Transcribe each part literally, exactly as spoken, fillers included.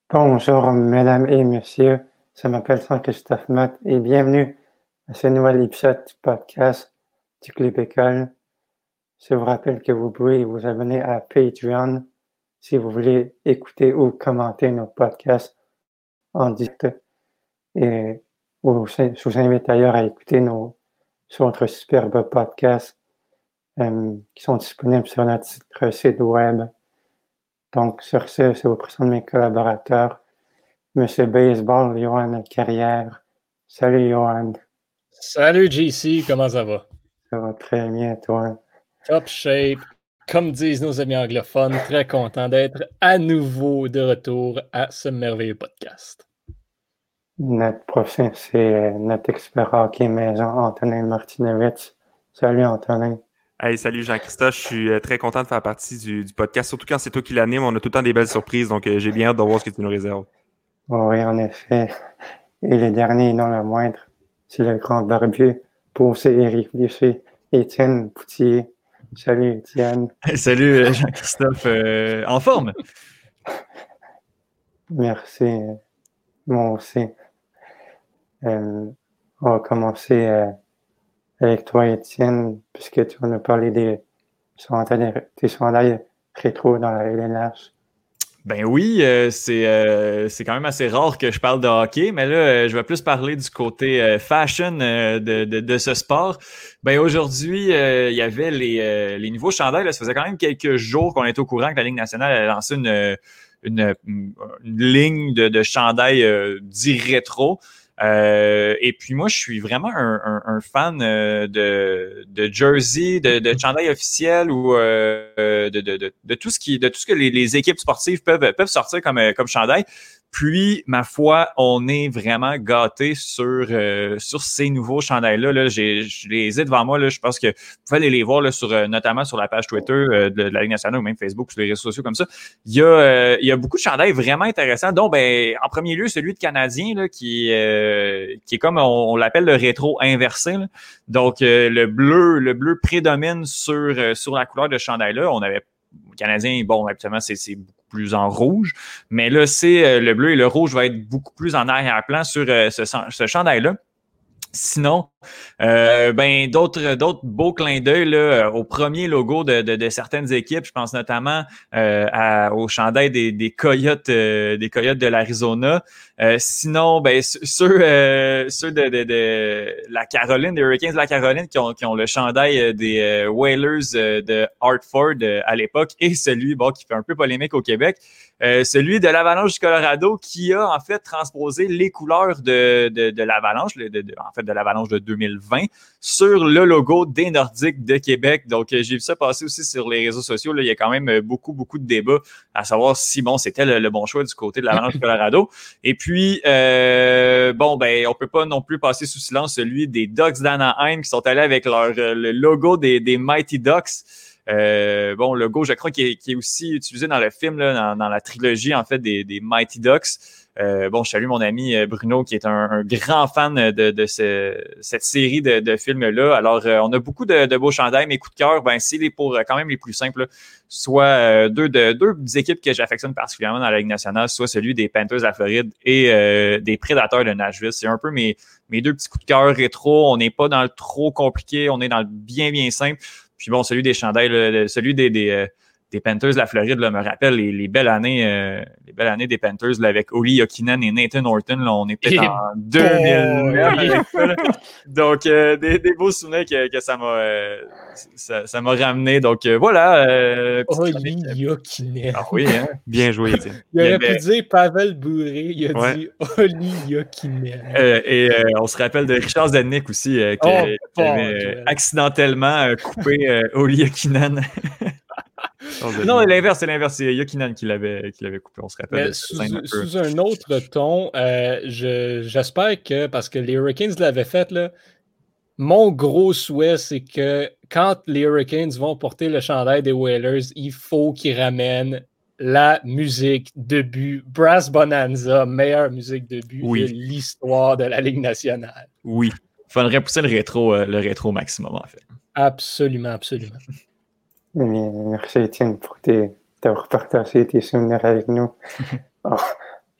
Bonjour, mesdames et messieurs. Je m'appelle Jean-Christophe Mott et bienvenue à ce nouvel épisode du podcast du Club École. Je vous rappelle que vous pouvez vous abonner à Patreon si vous voulez écouter ou commenter nos podcasts en direct. Et je vous invite d'ailleurs à écouter nos autres superbes podcasts euh, qui sont disponibles sur notre site web. Donc, sur ce, je vous présente mes collaborateurs. Monsieur Baseball, Johan Carrière. Salut, Johan. Salut, J C, comment ça va? Ça va très bien, toi? Top shape. Comme disent nos amis anglophones, très content d'être à nouveau de retour à ce merveilleux podcast. Notre prochain, c'est notre expert hockey maison, Antonin Martinovitch. Salut, Antonin. Hey, salut Jean-Christophe, je suis euh, très content de faire partie du, du podcast, surtout quand c'est toi qui l'anime. On a tout le temps des belles surprises, donc euh, j'ai bien hâte de voir ce que tu nous réserves. Oui, en effet. Et le dernier, non le moindre, c'est le grand barbu, posé et réfléchi, Étienne Poutier. Salut, Étienne. Hey, salut Jean-Christophe, euh, en forme? Merci, moi aussi. Euh, on va commencer euh, avec toi, Étienne, puisque tu vas nous parler des chandails, des chandails rétro dans la L N H. Ben oui, euh, c'est euh, c'est quand même assez rare que je parle de hockey, mais là, euh, je vais plus parler du côté euh, fashion euh, de, de, de ce sport. Ben aujourd'hui, euh, il y avait les, euh, les nouveaux chandails. Là, ça faisait quand même quelques jours qu'on était au courant que la Ligue nationale a lancé une, une, une, une ligne de, de chandails euh, dits rétro. Euh, et puis moi, je suis vraiment un, un, un fan euh, de, de jersey, de, de chandail officiel ou euh, de, de, de, de tout ce qui, de tout ce que les, les équipes sportives peuvent peuvent sortir comme comme chandail. Puis, ma foi, on est vraiment gâtés sur euh, sur ces nouveaux chandails-là. Là, j'ai, je les ai devant moi. Là, je pense que vous pouvez aller les voir là, sur, euh, notamment sur la page Twitter euh, de, de la Ligue nationale ou même Facebook, sur les réseaux sociaux comme ça. Il y a, euh, il y a beaucoup de chandails vraiment intéressants, dont ben, en premier lieu, celui de Canadien, là, qui, euh, qui est comme on, on l'appelle le rétro inversé. Là. Donc, euh, le bleu, le bleu prédomine sur, euh, sur la couleur de chandail-là. On avait Canadien, bon, habituellement, c'est, c'est beaucoup plus en rouge. Mais là, c'est euh, le bleu et le rouge va être beaucoup plus en arrière-plan sur euh, ce, ce chandail-là. Sinon, euh, ben d'autres d'autres beaux clins d'œil là, au premier logo de, de, de certaines équipes. Je pense notamment euh, à, au chandail des, des Coyotes euh, des Coyotes de l'Arizona. Euh, sinon, ben ceux euh, ceux de, de, de la Caroline, des Hurricanes de la Caroline qui ont qui ont le chandail des euh, Whalers euh, de Hartford euh, à l'époque et celui bon qui fait un peu polémique au Québec. Euh, celui de l'Avalanche du Colorado qui a en fait transposé les couleurs de, de, de l'Avalanche, de, de, en fait de l'Avalanche de deux mille vingt sur le logo des Nordiques de Québec. Donc, euh, j'ai vu ça passer aussi sur les réseaux sociaux. Là, il y a quand même beaucoup, beaucoup de débats à savoir si, bon, c'était le, le bon choix du côté de l'Avalanche du Colorado. Et puis, euh, bon, ben, on peut pas non plus passer sous silence celui des Ducks d'Anaheim qui sont allés avec leur le logo des, des Mighty Ducks. Euh, bon, le logo, je crois, qui est, qui est aussi utilisé dans le film, là, dans, dans la trilogie, en fait, des, des Mighty Ducks. Euh, bon, je salue mon ami Bruno, qui est un, un grand fan de, de ce, cette série de, de films-là. Alors, euh, on a beaucoup de, de beaux chandails. Mes coups de cœur, ben, c'est les pour quand même les plus simples, là. Soit euh, deux, de, deux équipes que j'affectionne particulièrement dans la Ligue nationale, soit celui des Panthers de la Floride et euh, des Prédateurs de Nashville. C'est un peu mes, mes deux petits coups de cœur rétro. On n'est pas dans le trop compliqué, on est dans le bien, bien simple. Puis bon, celui des chandails, là, celui des, des, euh, des Panthers de la Floride là, me rappelle les, les belles années euh, les belles années des Panthers là, avec Olli Jokinen et Nathan Horton. Là, on est peut-être Et en deux mille neuf. Donc, euh, des, des beaux souvenirs que, que ça m'a euh, ça, ça m'a ramené. Donc, euh, voilà. Euh, Olli Jokinen. Ah oui, hein? Bien joué, il, il aurait avait... pu dire Pavel Bourré, il a ouais. dit Olli Jokinen. Euh, et euh, on se rappelle de Richard Zednik aussi, euh, qui, oh, qui avait accidentellement euh, coupé euh, Olli Jokinen. Non, l'inverse, c'est l'inverse. C'est Jokinen qui l'avait, qui l'avait coupé. On se rappelle. Mais de sous, un, sous un autre ton, euh, je, j'espère que, parce que les Hurricanes l'avaient fait, là, mon gros souhait, c'est que quand les Hurricanes vont porter le chandail des Whalers, il faut qu'ils ramènent la musique de but. Brass Bonanza, meilleure musique de but oui. de l'histoire de la Ligue nationale. Oui. Il faudrait pousser le rétro, euh, le rétro maximum, en fait. Absolument, absolument. Merci, Étienne, pour tes, d'avoir partagé tes souvenirs avec nous. Oh,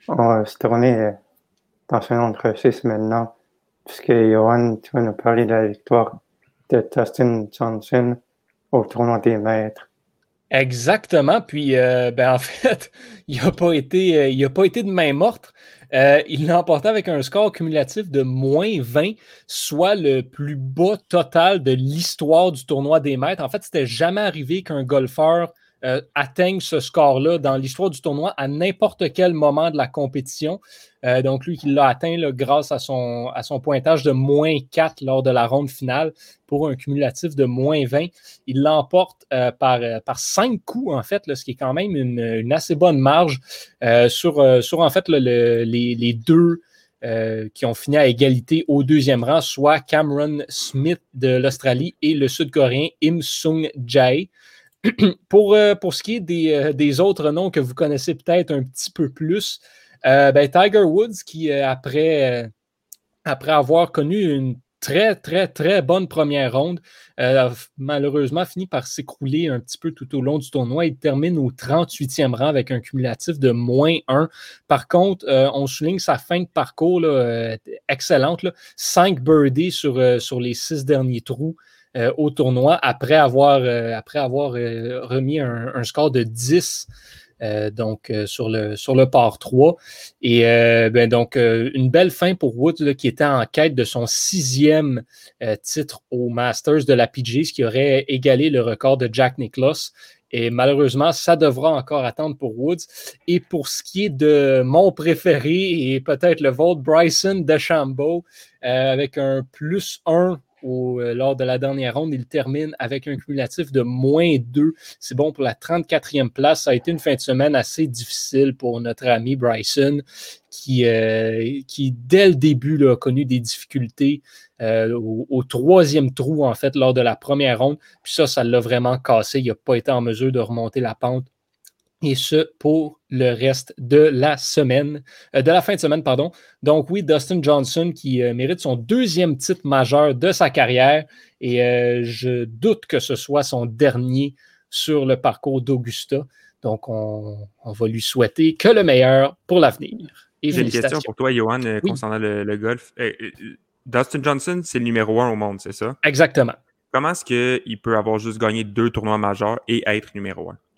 on va se tourner dans un autre registre maintenant, puisque Johan, tu vas nous parler de la victoire de Dustin Johnson au tournoi des maîtres. Exactement. Puis, euh, ben, en fait, il n'a pas été, euh, il a pas été de main morte. Euh, il l'a emporté avec un score cumulatif de moins vingt, soit le plus bas total de l'histoire du tournoi des maîtres. En fait, c'était jamais arrivé qu'un golfeur euh, atteigne ce score-là dans l'histoire du tournoi à n'importe quel moment de la compétition. Euh, donc, lui, qui l'a atteint là, grâce à son, à son pointage de moins quatre lors de la ronde finale pour un cumulatif de moins vingt. Il l'emporte euh, par, euh, par cinq coups, en fait, là, ce qui est quand même une, une assez bonne marge euh, sur, euh, sur, en fait, là, le, les, les deux euh, qui ont fini à égalité au deuxième rang, soit Cameron Smith de l'Australie et le Sud-Coréen Im Sung Jae. Pour, euh, pour ce qui est des, euh, des autres noms que vous connaissez peut-être un petit peu plus, euh, ben, Tiger Woods, qui, euh, après, euh, après avoir connu une très, très, très bonne première ronde, euh, a malheureusement fini par s'écrouler un petit peu tout au long du tournoi. Il termine au trente-huitième rang avec un cumulatif de moins un. Par contre, euh, on souligne sa fin de parcours là, euh, excellente. Là. cinq birdies sur, euh, sur les six derniers trous. Euh, au tournoi après avoir, euh, après avoir euh, remis un, un score de dix euh, donc, euh, sur, le, sur le par trois. Et euh, ben, donc, euh, une belle fin pour Woods là, qui était en quête de son sixième euh, titre au Masters de la P G A, ce qui aurait égalé le record de Jack Nicklaus. Et malheureusement, ça devra encore attendre pour Woods. Et pour ce qui est de mon préféré et peut-être le vôtre, Bryson DeChambeau, euh, avec un plus un Au, euh, lors de la dernière ronde, il termine avec un cumulatif de moins deux. C'est bon pour la trente-quatrième place. Ça a été une fin de semaine assez difficile pour notre ami Bryson, qui, euh, qui dès le début, là, a connu des difficultés euh, au, au troisième trou, en fait, lors de la première ronde. Puis ça, ça l'a vraiment cassé. Il n'a pas été en mesure de remonter la pente. Et ce, pour le reste de la semaine, euh, de la fin de semaine, pardon. Donc oui, Dustin Johnson qui euh, mérite son deuxième titre majeur de sa carrière et euh, je doute que ce soit son dernier sur le parcours d'Augusta. Donc on, on va lui souhaiter que le meilleur pour l'avenir. Et j'ai une question pour toi, Johan, euh, oui. concernant le, le golf. Euh, euh, Dustin Johnson, c'est le numéro un au monde, c'est ça? Exactement. Comment est-ce qu'il peut avoir juste gagné deux tournois majeurs et être numéro un?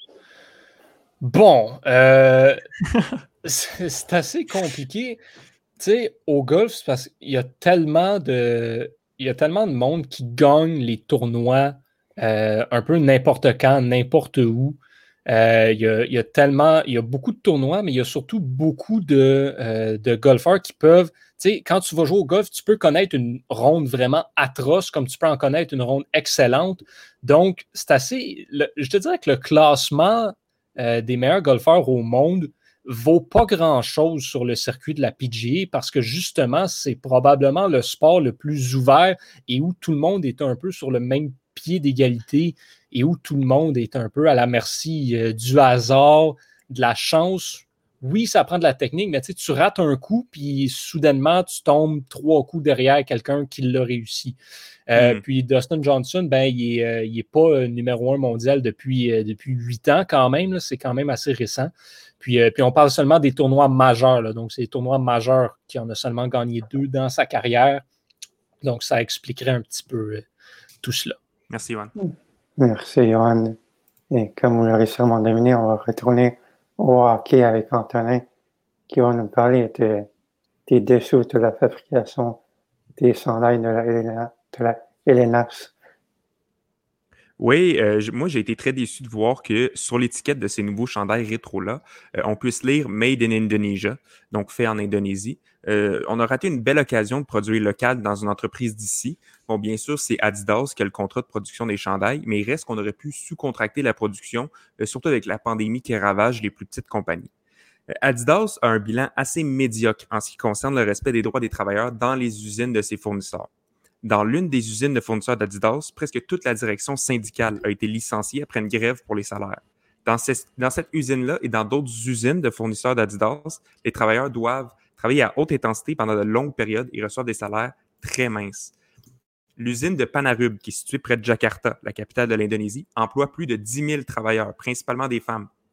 Bon, euh, c'est, c'est assez compliqué. Tu sais, au golf, c'est parce qu'il y a tellement de, il y a tellement de monde qui gagne les tournois euh, un peu n'importe quand, n'importe où. Euh, il, y a, il y a tellement, il y a beaucoup de tournois, mais il y a surtout beaucoup de, euh, de golfeurs qui peuvent, tu sais, quand tu vas jouer au golf, tu peux connaître une ronde vraiment atroce comme tu peux en connaître une ronde excellente. Donc, c'est assez, le, je te dirais que le classement euh, des meilleurs golfeurs au monde vaut pas grand-chose sur le circuit de la P G A parce que justement, c'est probablement le sport le plus ouvert et où tout le monde est un peu sur le même pied d'égalité et où tout le monde est un peu à la merci euh, du hasard, de la chance. Oui, ça prend de la technique, mais tu sais, tu rates un coup, puis soudainement, tu tombes trois coups derrière quelqu'un qui l'a réussi. Euh, mm. Puis Dustin Johnson, ben, il n'est euh, il est pas euh, numéro un mondial depuis, euh, depuis huit ans quand même. Là, c'est quand même assez récent. Puis, euh, puis on parle seulement des tournois majeurs. Là, donc, c'est des tournois majeurs qui en a seulement gagné deux dans sa carrière. Donc, ça expliquerait un petit peu euh, tout cela. Merci, Johan. Merci, Johan. Et comme vous l'aurez sûrement deviné, on va retourner au hockey avec Antonin, qui va nous parler de, des dessous de la fabrication des chandails de la, de la L N H. Oui, euh, moi j'ai été très déçu de voir que sur l'étiquette de ces nouveaux chandails rétro-là, euh, on puisse lire Made in Indonesia, donc fait en Indonésie. Euh, on a raté une belle occasion de produire local dans une entreprise d'ici. Bon, bien sûr, c'est Adidas qui a le contrat de production des chandails, mais il reste qu'on aurait pu sous-contracter la production, euh, surtout avec la pandémie qui ravage les plus petites compagnies. Euh, Adidas a un bilan assez médiocre en ce qui concerne le respect des droits des travailleurs dans les usines de ses fournisseurs. Dans l'une des usines de fournisseurs d'Adidas, presque toute la direction syndicale a été licenciée après une grève pour les salaires. Dans, ce, dans cette usine-là et dans d'autres usines de fournisseurs d'Adidas, les travailleurs doivent travailler à haute intensité pendant de longues périodes et reçoivent des salaires très minces. L'usine de Panarub, qui est située près de Jakarta, la capitale de l'Indonésie, emploie plus de dix mille travailleurs, principalement des femmes.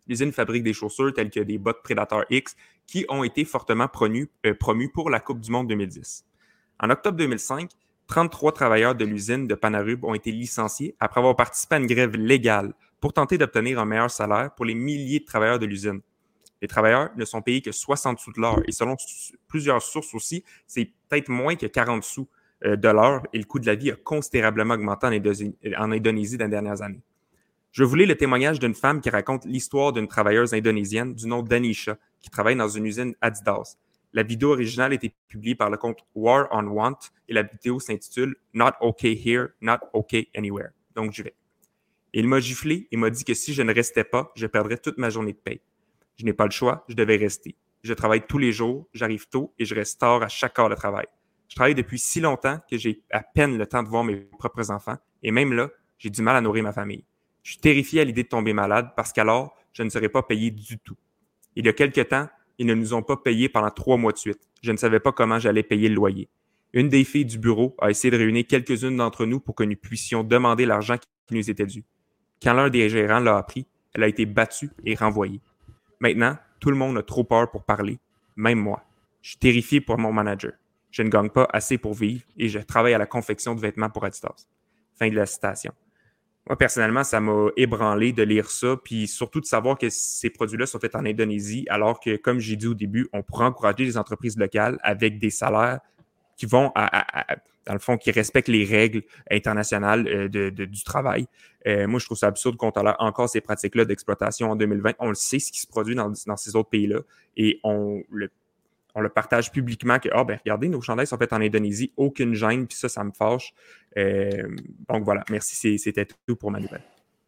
L'usine fabrique des chaussures telles que des bottes Predator X qui ont été fortement promues, euh, promues pour la Coupe du monde deux mille dix. En octobre deux mille cinq, trente-trois travailleurs de l'usine de Panarub ont été licenciés après avoir participé à une grève légale pour tenter d'obtenir un meilleur salaire pour les milliers de travailleurs de l'usine. Les travailleurs ne sont payés que soixante sous de l'heure et selon plusieurs sources aussi, c'est peut-être moins que quarante sous de l'heure et le coût de la vie a considérablement augmenté en Indonésie dans les dernières années. Je voulais le témoignage d'une femme qui raconte l'histoire d'une travailleuse indonésienne du nom d'Anisha qui travaille dans une usine Adidas. La vidéo originale a été publiée par le compte War on Want et la vidéo s'intitule « Not okay here, not okay anywhere ». Donc, je vais. Il m'a giflé et m'a dit que si je ne restais pas, je perdrais toute ma journée de paye. Je n'ai pas le choix, je devais rester. Je travaille tous les jours, j'arrive tôt et je reste tard à chaque heure de travail. Je travaille depuis si longtemps que j'ai à peine le temps de voir mes propres enfants et même là, j'ai du mal à nourrir ma famille. Je suis terrifié à l'idée de tomber malade parce qu'alors, je ne serais pas payé du tout. Il y a quelque temps, ils ne nous ont pas payés pendant trois mois de suite. Je ne savais pas comment j'allais payer le loyer. Une des filles du bureau a essayé de réunir quelques-unes d'entre nous pour que nous puissions demander l'argent qui nous était dû. Quand l'un des gérants l'a appris, elle a été battue et renvoyée. Maintenant, tout le monde a trop peur pour parler, même moi. Je suis terrifié pour mon manager. Je ne gagne pas assez pour vivre et je travaille à la confection de vêtements pour Adidas. Fin de la citation. Moi, personnellement, ça m'a ébranlé de lire ça, puis surtout de savoir que ces produits-là sont faits en Indonésie, alors que, comme j'ai dit au début, on pourrait encourager les entreprises locales avec des salaires qui vont, à, à, à, dans le fond, qui respectent les règles internationales euh, de, de, du travail. Euh, moi, je trouve ça absurde qu'on tolère encore ces pratiques-là d'exploitation en deux mille vingt. On le sait, ce qui se produit dans, dans ces autres pays-là, et on le, on le partage publiquement que, ah, oh, ben regardez, nos chandails sont faits en Indonésie, aucune gêne, puis ça, ça me fâche. Euh, donc voilà, merci, c'est, c'était tout pour ma nouvelle.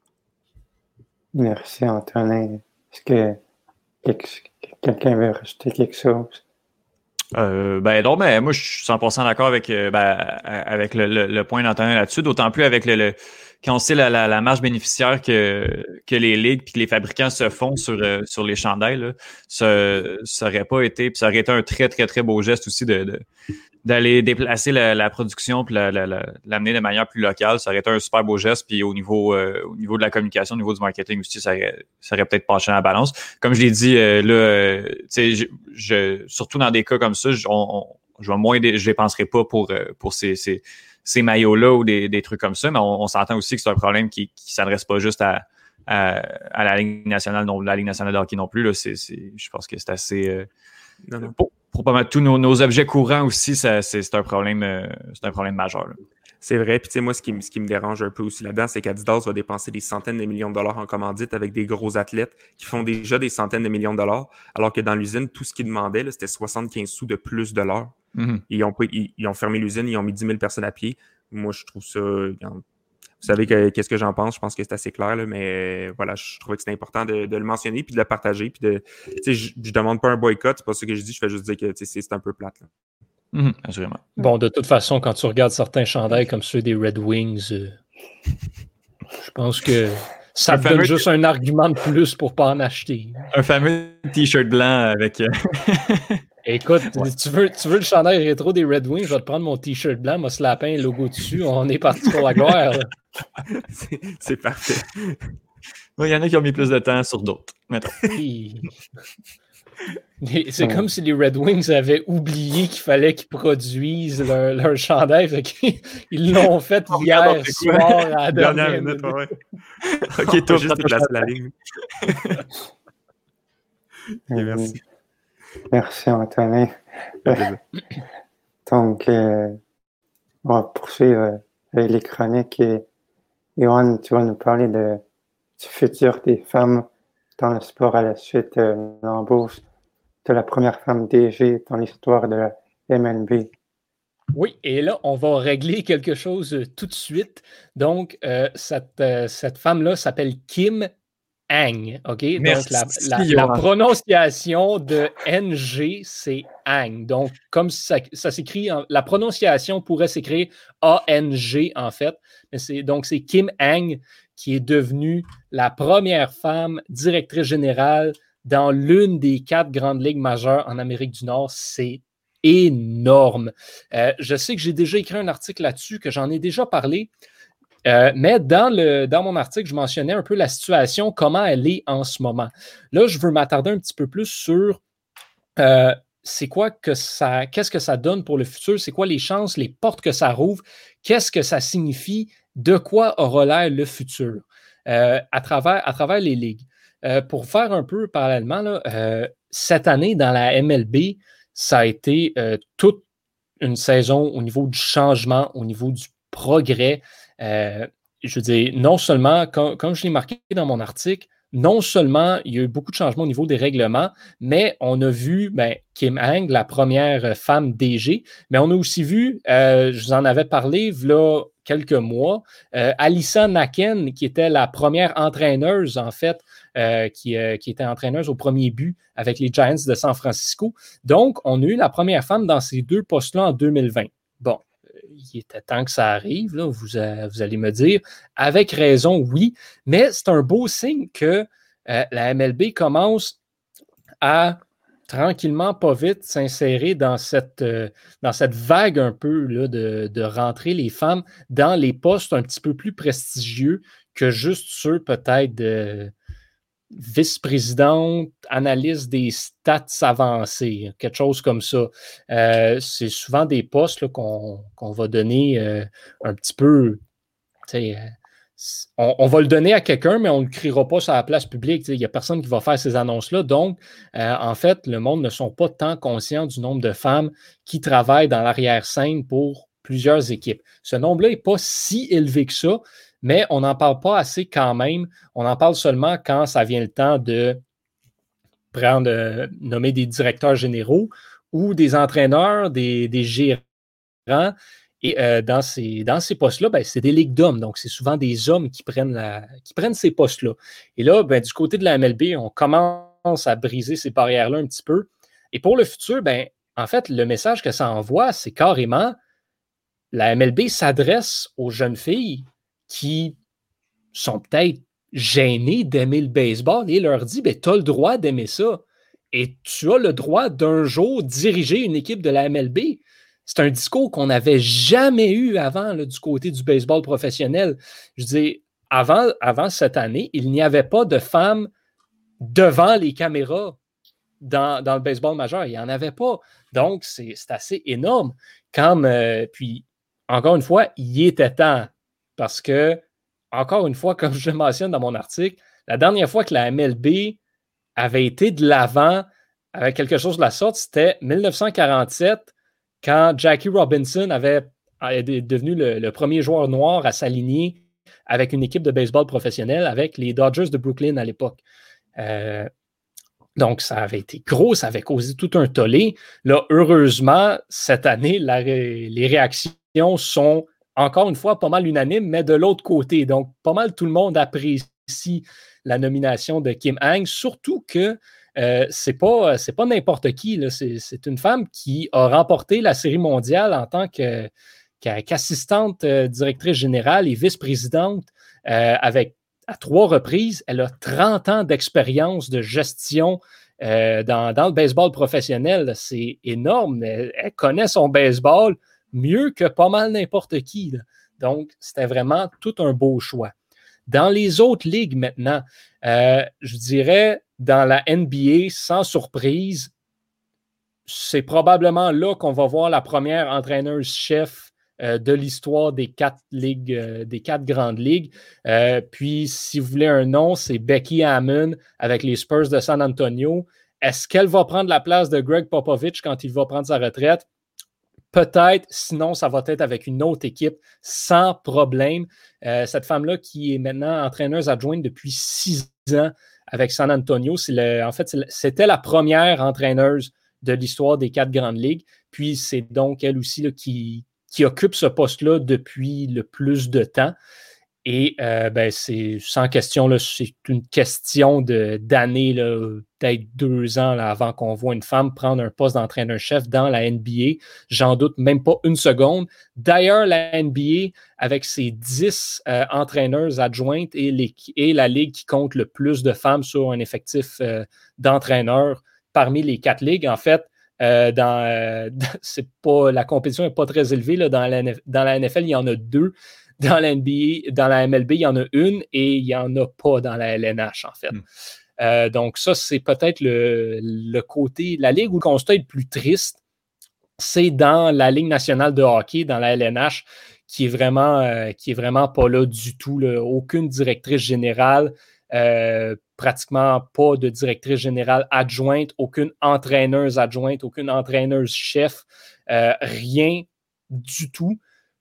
Merci, Antonin. Est-ce que quelqu'un veut rajouter quelque chose? Euh, ben non, mais moi je suis cent pour cent d'accord avec euh, ben, avec le, le, le point d'Antonin là-dessus, d'autant plus avec le, le quand on sait la, la, la marge bénéficiaire que que les ligues puis que les fabricants se font sur euh, sur les chandails, là, ça, ça aurait pas été, puis ça aurait été un très très très beau geste aussi de, de d'aller déplacer la, la production puis la, la, la, l'amener de manière plus locale. Ça aurait été un super beau geste. Puis au niveau euh, au niveau de la communication, au niveau du marketing aussi, ça aurait, ça aurait peut-être penché dans la balance. Comme je l'ai dit, euh, là, euh, tu sais, je, je, surtout dans des cas comme ça, je, on, on, je vais moins, je dépenserai pas pour pour ces ces, ces maillots-là ou des, des trucs comme ça. Mais on, on s'entend aussi que c'est un problème qui qui s'adresse pas juste à à, à la Ligue nationale, non, la Ligue nationale de hockey non plus. Là, c'est, c'est, je pense que c'est assez euh, non, non. Pour, pour pas mal tous nos, nos objets courants aussi, ça, c'est, c'est un problème, euh, c'est un problème majeur. Là. C'est vrai. Puis tu sais, moi, ce qui, ce qui me dérange un peu aussi là-dedans, c'est qu'Adidas va dépenser des centaines de millions de dollars en commandite avec des gros athlètes qui font déjà des centaines de millions de dollars, alors que dans l'usine, tout ce qu'ils demandaient, là, c'était soixante-quinze sous de plus de l'heure. Mm-hmm. Ils, ont, ils, ils ont fermé l'usine, ils ont mis dix mille personnes à pied. Moi, je trouve ça... Vous savez que, qu'est-ce que j'en pense, je pense que c'est assez clair, là, mais voilà, je trouvais que c'était important de, de le mentionner puis de le partager. Puis de, je ne demande pas un boycott, c'est pas ce que je dis, je fais juste dire que c'est, c'est un peu plate. Là. Mmh, assurément. Bon, de toute façon, quand tu regardes certains chandails comme ceux des Red Wings, euh, je pense que ça te donne fameux... juste un argument de plus pour pas en acheter. Un fameux t-shirt blanc avec... Écoute, ouais. tu, veux, tu veux le chandail rétro des Red Wings, je vais te prendre mon t-shirt blanc, mon slapin, logo dessus, on est parti pour la gloire. c'est, c'est parfait. Il y en a qui ont mis plus de temps sur d'autres. C'est comme si les Red Wings avaient oublié qu'il fallait qu'ils produisent leur, leur chandail. Fait qu'ils, ils l'ont fait hier soir à la dernière minute. minute. Ouais. Ok, toi, juste déplacer la ligne. Okay, merci. Merci, Antonin. Donc, euh, on va poursuivre avec les chroniques. Et Yohan, tu vas nous parler de, du futur des femmes dans le sport à la suite de euh, l'embauche de la première femme D G dans l'histoire de la M L B. Oui, et là, on va régler quelque chose euh, tout de suite. Donc, euh, cette, euh, cette femme-là s'appelle Kim Ang, OK? Merci, donc, la, la, la prononciation de N G, c'est Ang. Donc, comme ça, ça s'écrit, en, la prononciation pourrait s'écrire A N G, en fait. Mais c'est, donc, c'est Kim Ang qui est devenue la première femme directrice générale dans l'une des quatre grandes ligues majeures en Amérique du Nord. C'est énorme. Euh, je sais que j'ai déjà écrit un article là-dessus, que j'en ai déjà parlé. Euh, mais dans, le, dans mon article, je mentionnais un peu la situation, comment elle est en ce moment. Là, je veux m'attarder un petit peu plus sur euh, c'est quoi que ça, qu'est-ce que ça donne pour le futur, c'est quoi les chances, les portes que ça rouvre, qu'est-ce que ça signifie, de quoi aura l'air le futur euh, à, travers, à travers les ligues. Euh, pour faire un peu parallèlement, là, euh, cette année dans la M L B, ça a été euh, toute une saison au niveau du changement, au niveau du progrès. Euh, je veux dire, non seulement, comme, comme je l'ai marqué dans mon article, non seulement il y a eu beaucoup de changements au niveau des règlements, mais on a vu ben, Kim Hang, la première femme D G, mais on a aussi vu, euh, je vous en avais parlé il y a quelques mois, euh, Alyssa Nakken, qui était la première entraîneuse, en fait, euh, qui, euh, qui était entraîneuse au premier but avec les Giants de San Francisco. Donc, on a eu la première femme dans ces deux postes-là en deux mille vingt. Bon, il était temps que ça arrive, là, vous, euh, vous allez me dire. Avec raison, oui, mais c'est un beau signe que euh, la M L B commence à tranquillement, pas vite, s'insérer dans cette, euh, dans cette vague un peu là, de, de rentrer les femmes dans les postes un petit peu plus prestigieux que juste ceux peut-être de vice-présidente, analyste des stats avancées, quelque chose comme ça. Euh, c'est souvent des postes là, qu'on, qu'on va donner euh, un petit peu, euh, on, on va le donner à quelqu'un, mais on ne le criera pas sur la place publique. Il n'y a personne qui va faire ces annonces-là. Donc, euh, en fait, le monde ne sont pas tant conscients du nombre de femmes qui travaillent dans l'arrière-scène pour plusieurs équipes. Ce nombre-là n'est pas si élevé que ça, mais on n'en parle pas assez quand même. On en parle seulement quand ça vient le temps de prendre, euh, nommer des directeurs généraux ou des entraîneurs, des, des gérants. Et euh, dans ces, dans ces postes-là, ben, c'est des ligues d'hommes. Donc, c'est souvent des hommes qui prennent, la, qui prennent ces postes-là. Et là, ben, du côté de la M L B, on commence à briser ces barrières-là un petit peu. Et pour le futur, ben, en fait, le message que ça envoie, c'est carrément la M L B s'adresse aux jeunes filles qui sont peut-être gênées d'aimer le baseball et leur dit, ben, tu as le droit d'aimer ça. Et tu as le droit d'un jour diriger une équipe de la M L B. C'est un discours qu'on n'avait jamais eu avant là, du côté du baseball professionnel. Je dis, avant, avant cette année, il n'y avait pas de femmes devant les caméras dans, dans le baseball majeur. Il n'y en avait pas. Donc, c'est, c'est assez énorme. Comme, euh, puis, encore une fois, il était temps. Parce que, encore une fois, comme je le mentionne dans mon article, la dernière fois que la M L B avait été de l'avant avec quelque chose de la sorte, c'était dix-neuf cent quarante-sept, quand Jackie Robinson avait est devenu le, le premier joueur noir à s'aligner avec une équipe de baseball professionnelle, avec les Dodgers de Brooklyn à l'époque. Euh, donc, ça avait été gros, ça avait causé tout un tollé. Là, heureusement, cette année, la, les réactions sont encore une fois pas mal unanimes, mais de l'autre côté. Donc, pas mal tout le monde apprécie la nomination de Kim Hang, surtout que euh, c'est pas, c'est pas n'importe qui. Là. C'est, c'est une femme qui a remporté la Série mondiale en tant que, qu'assistante euh, directrice générale et vice-présidente euh, avec à trois reprises. Elle a trente ans d'expérience de gestion euh, dans, dans le baseball professionnel. C'est énorme. Elle, elle connaît son baseball mieux que pas mal n'importe qui. Là. Donc, c'était vraiment tout un beau choix. Dans les autres ligues maintenant, euh, je dirais dans la N B A, sans surprise, c'est probablement là qu'on va voir la première entraîneuse-chef euh, de l'histoire des quatre ligues, euh, des quatre grandes ligues. Euh, puis, si vous voulez un nom, c'est Becky Hammon avec les Spurs de San Antonio. Est-ce qu'elle va prendre la place de Greg Popovich quand il va prendre sa retraite? Peut-être, sinon, ça va être avec une autre équipe sans problème. Euh, cette femme-là qui est maintenant entraîneuse adjointe depuis six ans avec San Antonio, c'est le, en fait, c'est le, c'était la première entraîneuse de l'histoire des quatre grandes ligues. Puis c'est donc elle aussi là, qui, qui occupe ce poste-là depuis le plus de temps. Et euh, ben, c'est sans question, là, c'est une question de, d'années, là, peut-être deux ans là, avant qu'on voit une femme prendre un poste d'entraîneur-chef dans la N B A. J'en doute même pas une seconde. D'ailleurs, la N B A, avec ses dix euh, entraîneuses adjointes et, les, et la ligue qui compte le plus de femmes sur un effectif euh, d'entraîneurs parmi les quatre ligues, en fait, euh, dans, euh, c'est pas, la compétition n'est pas très élevée. Là, dans, la, dans la N F L, il y en a deux. dans la N B A, dans la M L B, il y en a une et il n'y en a pas dans la L N H, en fait. Mm. Euh, donc, ça, c'est peut-être le, le côté, la ligue où le constat est le plus triste, c'est dans la Ligue nationale de hockey, dans la L N H, qui est vraiment, euh, qui est vraiment pas là du tout. Là. Aucune directrice générale, euh, pratiquement pas de directrice générale adjointe, aucune entraîneuse adjointe, aucune entraîneuse chef, euh, rien du tout.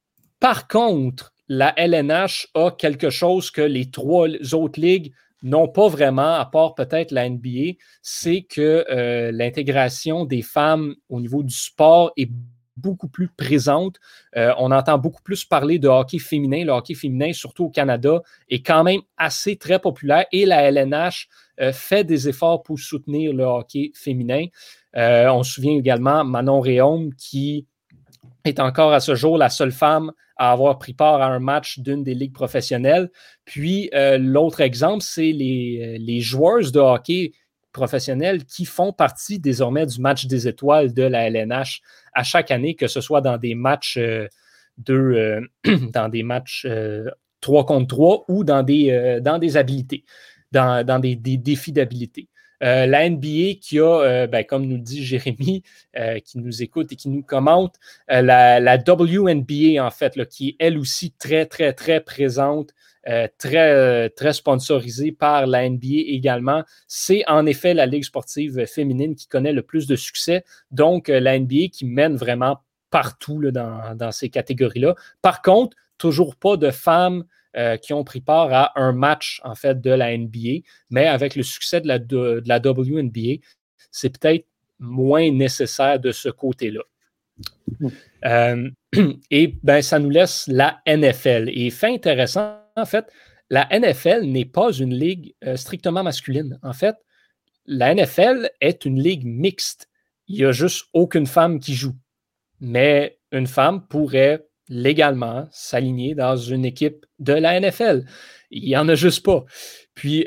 Par contre, la L N H a quelque chose que les trois autres ligues n'ont pas vraiment, à part peut-être la N B A, c'est que euh, l'intégration des femmes au niveau du sport est beaucoup plus présente. Euh, on entend beaucoup plus parler de hockey féminin. Le hockey féminin, surtout au Canada, est quand même assez très populaire et la L N H euh, fait des efforts pour soutenir le hockey féminin. Euh, on se souvient également Manon Rhéaume qui est encore à ce jour la seule femme à avoir pris part à un match d'une des ligues professionnelles. Puis, euh, l'autre exemple, c'est les, les joueuses de hockey professionnels qui font partie désormais du match des étoiles de la L N H à chaque année, que ce soit dans des matchs euh, de, euh, dans des matchs euh, trois contre trois ou dans des, euh, dans des habilités, dans, dans des, des défis d'habilité. Euh, la N B A qui a, euh, ben, comme nous le dit Jérémy, euh, qui nous écoute et qui nous commente, euh, la, la W N B A, en fait, là, qui est elle aussi très, très, très présente, euh, très, euh, très sponsorisée par la N B A également. C'est en effet la Ligue sportive féminine qui connaît le plus de succès. Donc, euh, la N B A qui mène vraiment partout là, dans, dans ces catégories-là. Par contre, toujours pas de femmes Euh, qui ont pris part à un match, en fait, de la N B A, mais avec le succès de la, de, de la W N B A, c'est peut-être moins nécessaire de ce côté-là. Mmh. Euh, et ben, ça nous laisse la N F L. Et fait intéressant, en fait, la N F L n'est pas une ligue euh, strictement masculine. En fait, la N F L est une ligue mixte. Il n'y a juste aucune femme qui joue. Mais une femme pourrait légalement s'aligner dans une équipe de la N F L. Il n'y en a juste pas. Puis,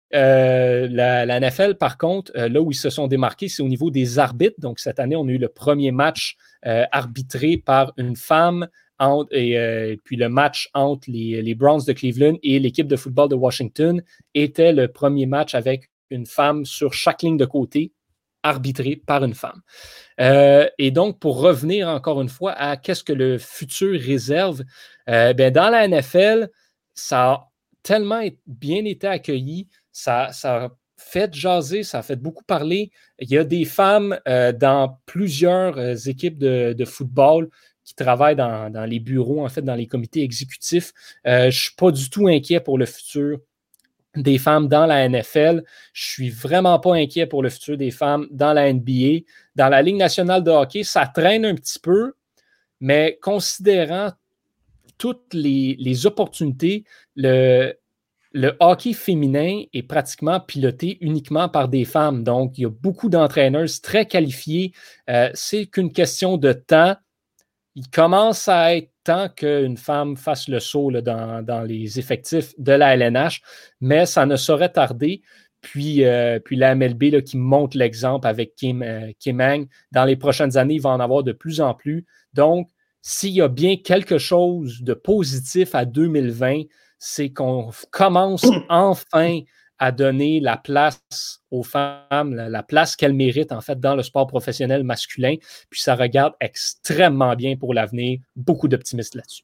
euh, la, la N F L, par contre, euh, là où ils se sont démarqués, c'est au niveau des arbitres. Donc, cette année, on a eu le premier match euh, arbitré par une femme entre, et euh, puis le match entre les, les Browns de Cleveland et l'équipe de football de Washington était le premier match avec une femme sur chaque ligne de côté, arbitré par une femme. Euh, et donc, pour revenir encore une fois à qu'est-ce que le futur réserve, euh, ben dans la N F L, ça a tellement bien été accueilli, ça, ça a fait jaser, ça a fait beaucoup parler. Il y a des femmes euh, dans plusieurs euh, équipes de, de football qui travaillent dans, dans les bureaux, en fait, dans les comités exécutifs. Euh, je ne suis pas du tout inquiet pour le futur des femmes dans la N F L. Je suis vraiment pas inquiet pour le futur des femmes dans la N B A. Dans la Ligue nationale de hockey, ça traîne un petit peu, mais considérant toutes les, les opportunités, le, le hockey féminin est pratiquement piloté uniquement par des femmes. Donc, il y a beaucoup d'entraîneuses très qualifiées. Euh, c'est qu'une question de temps. Il commence à être temps qu'une femme fasse le saut là, dans, dans les effectifs de la L N H, mais ça ne saurait tarder. Puis, euh, puis la M L B là, qui montre l'exemple avec Kim, euh, Kim Hang, dans les prochaines années, il va en avoir de plus en plus. Donc, s'il y a bien quelque chose de positif à deux mille vingt, c'est qu'on commence enfin à donner la place aux femmes, la, la place qu'elles méritent en fait dans le sport professionnel masculin. Puis ça regarde extrêmement bien pour l'avenir. Beaucoup d'optimisme là-dessus.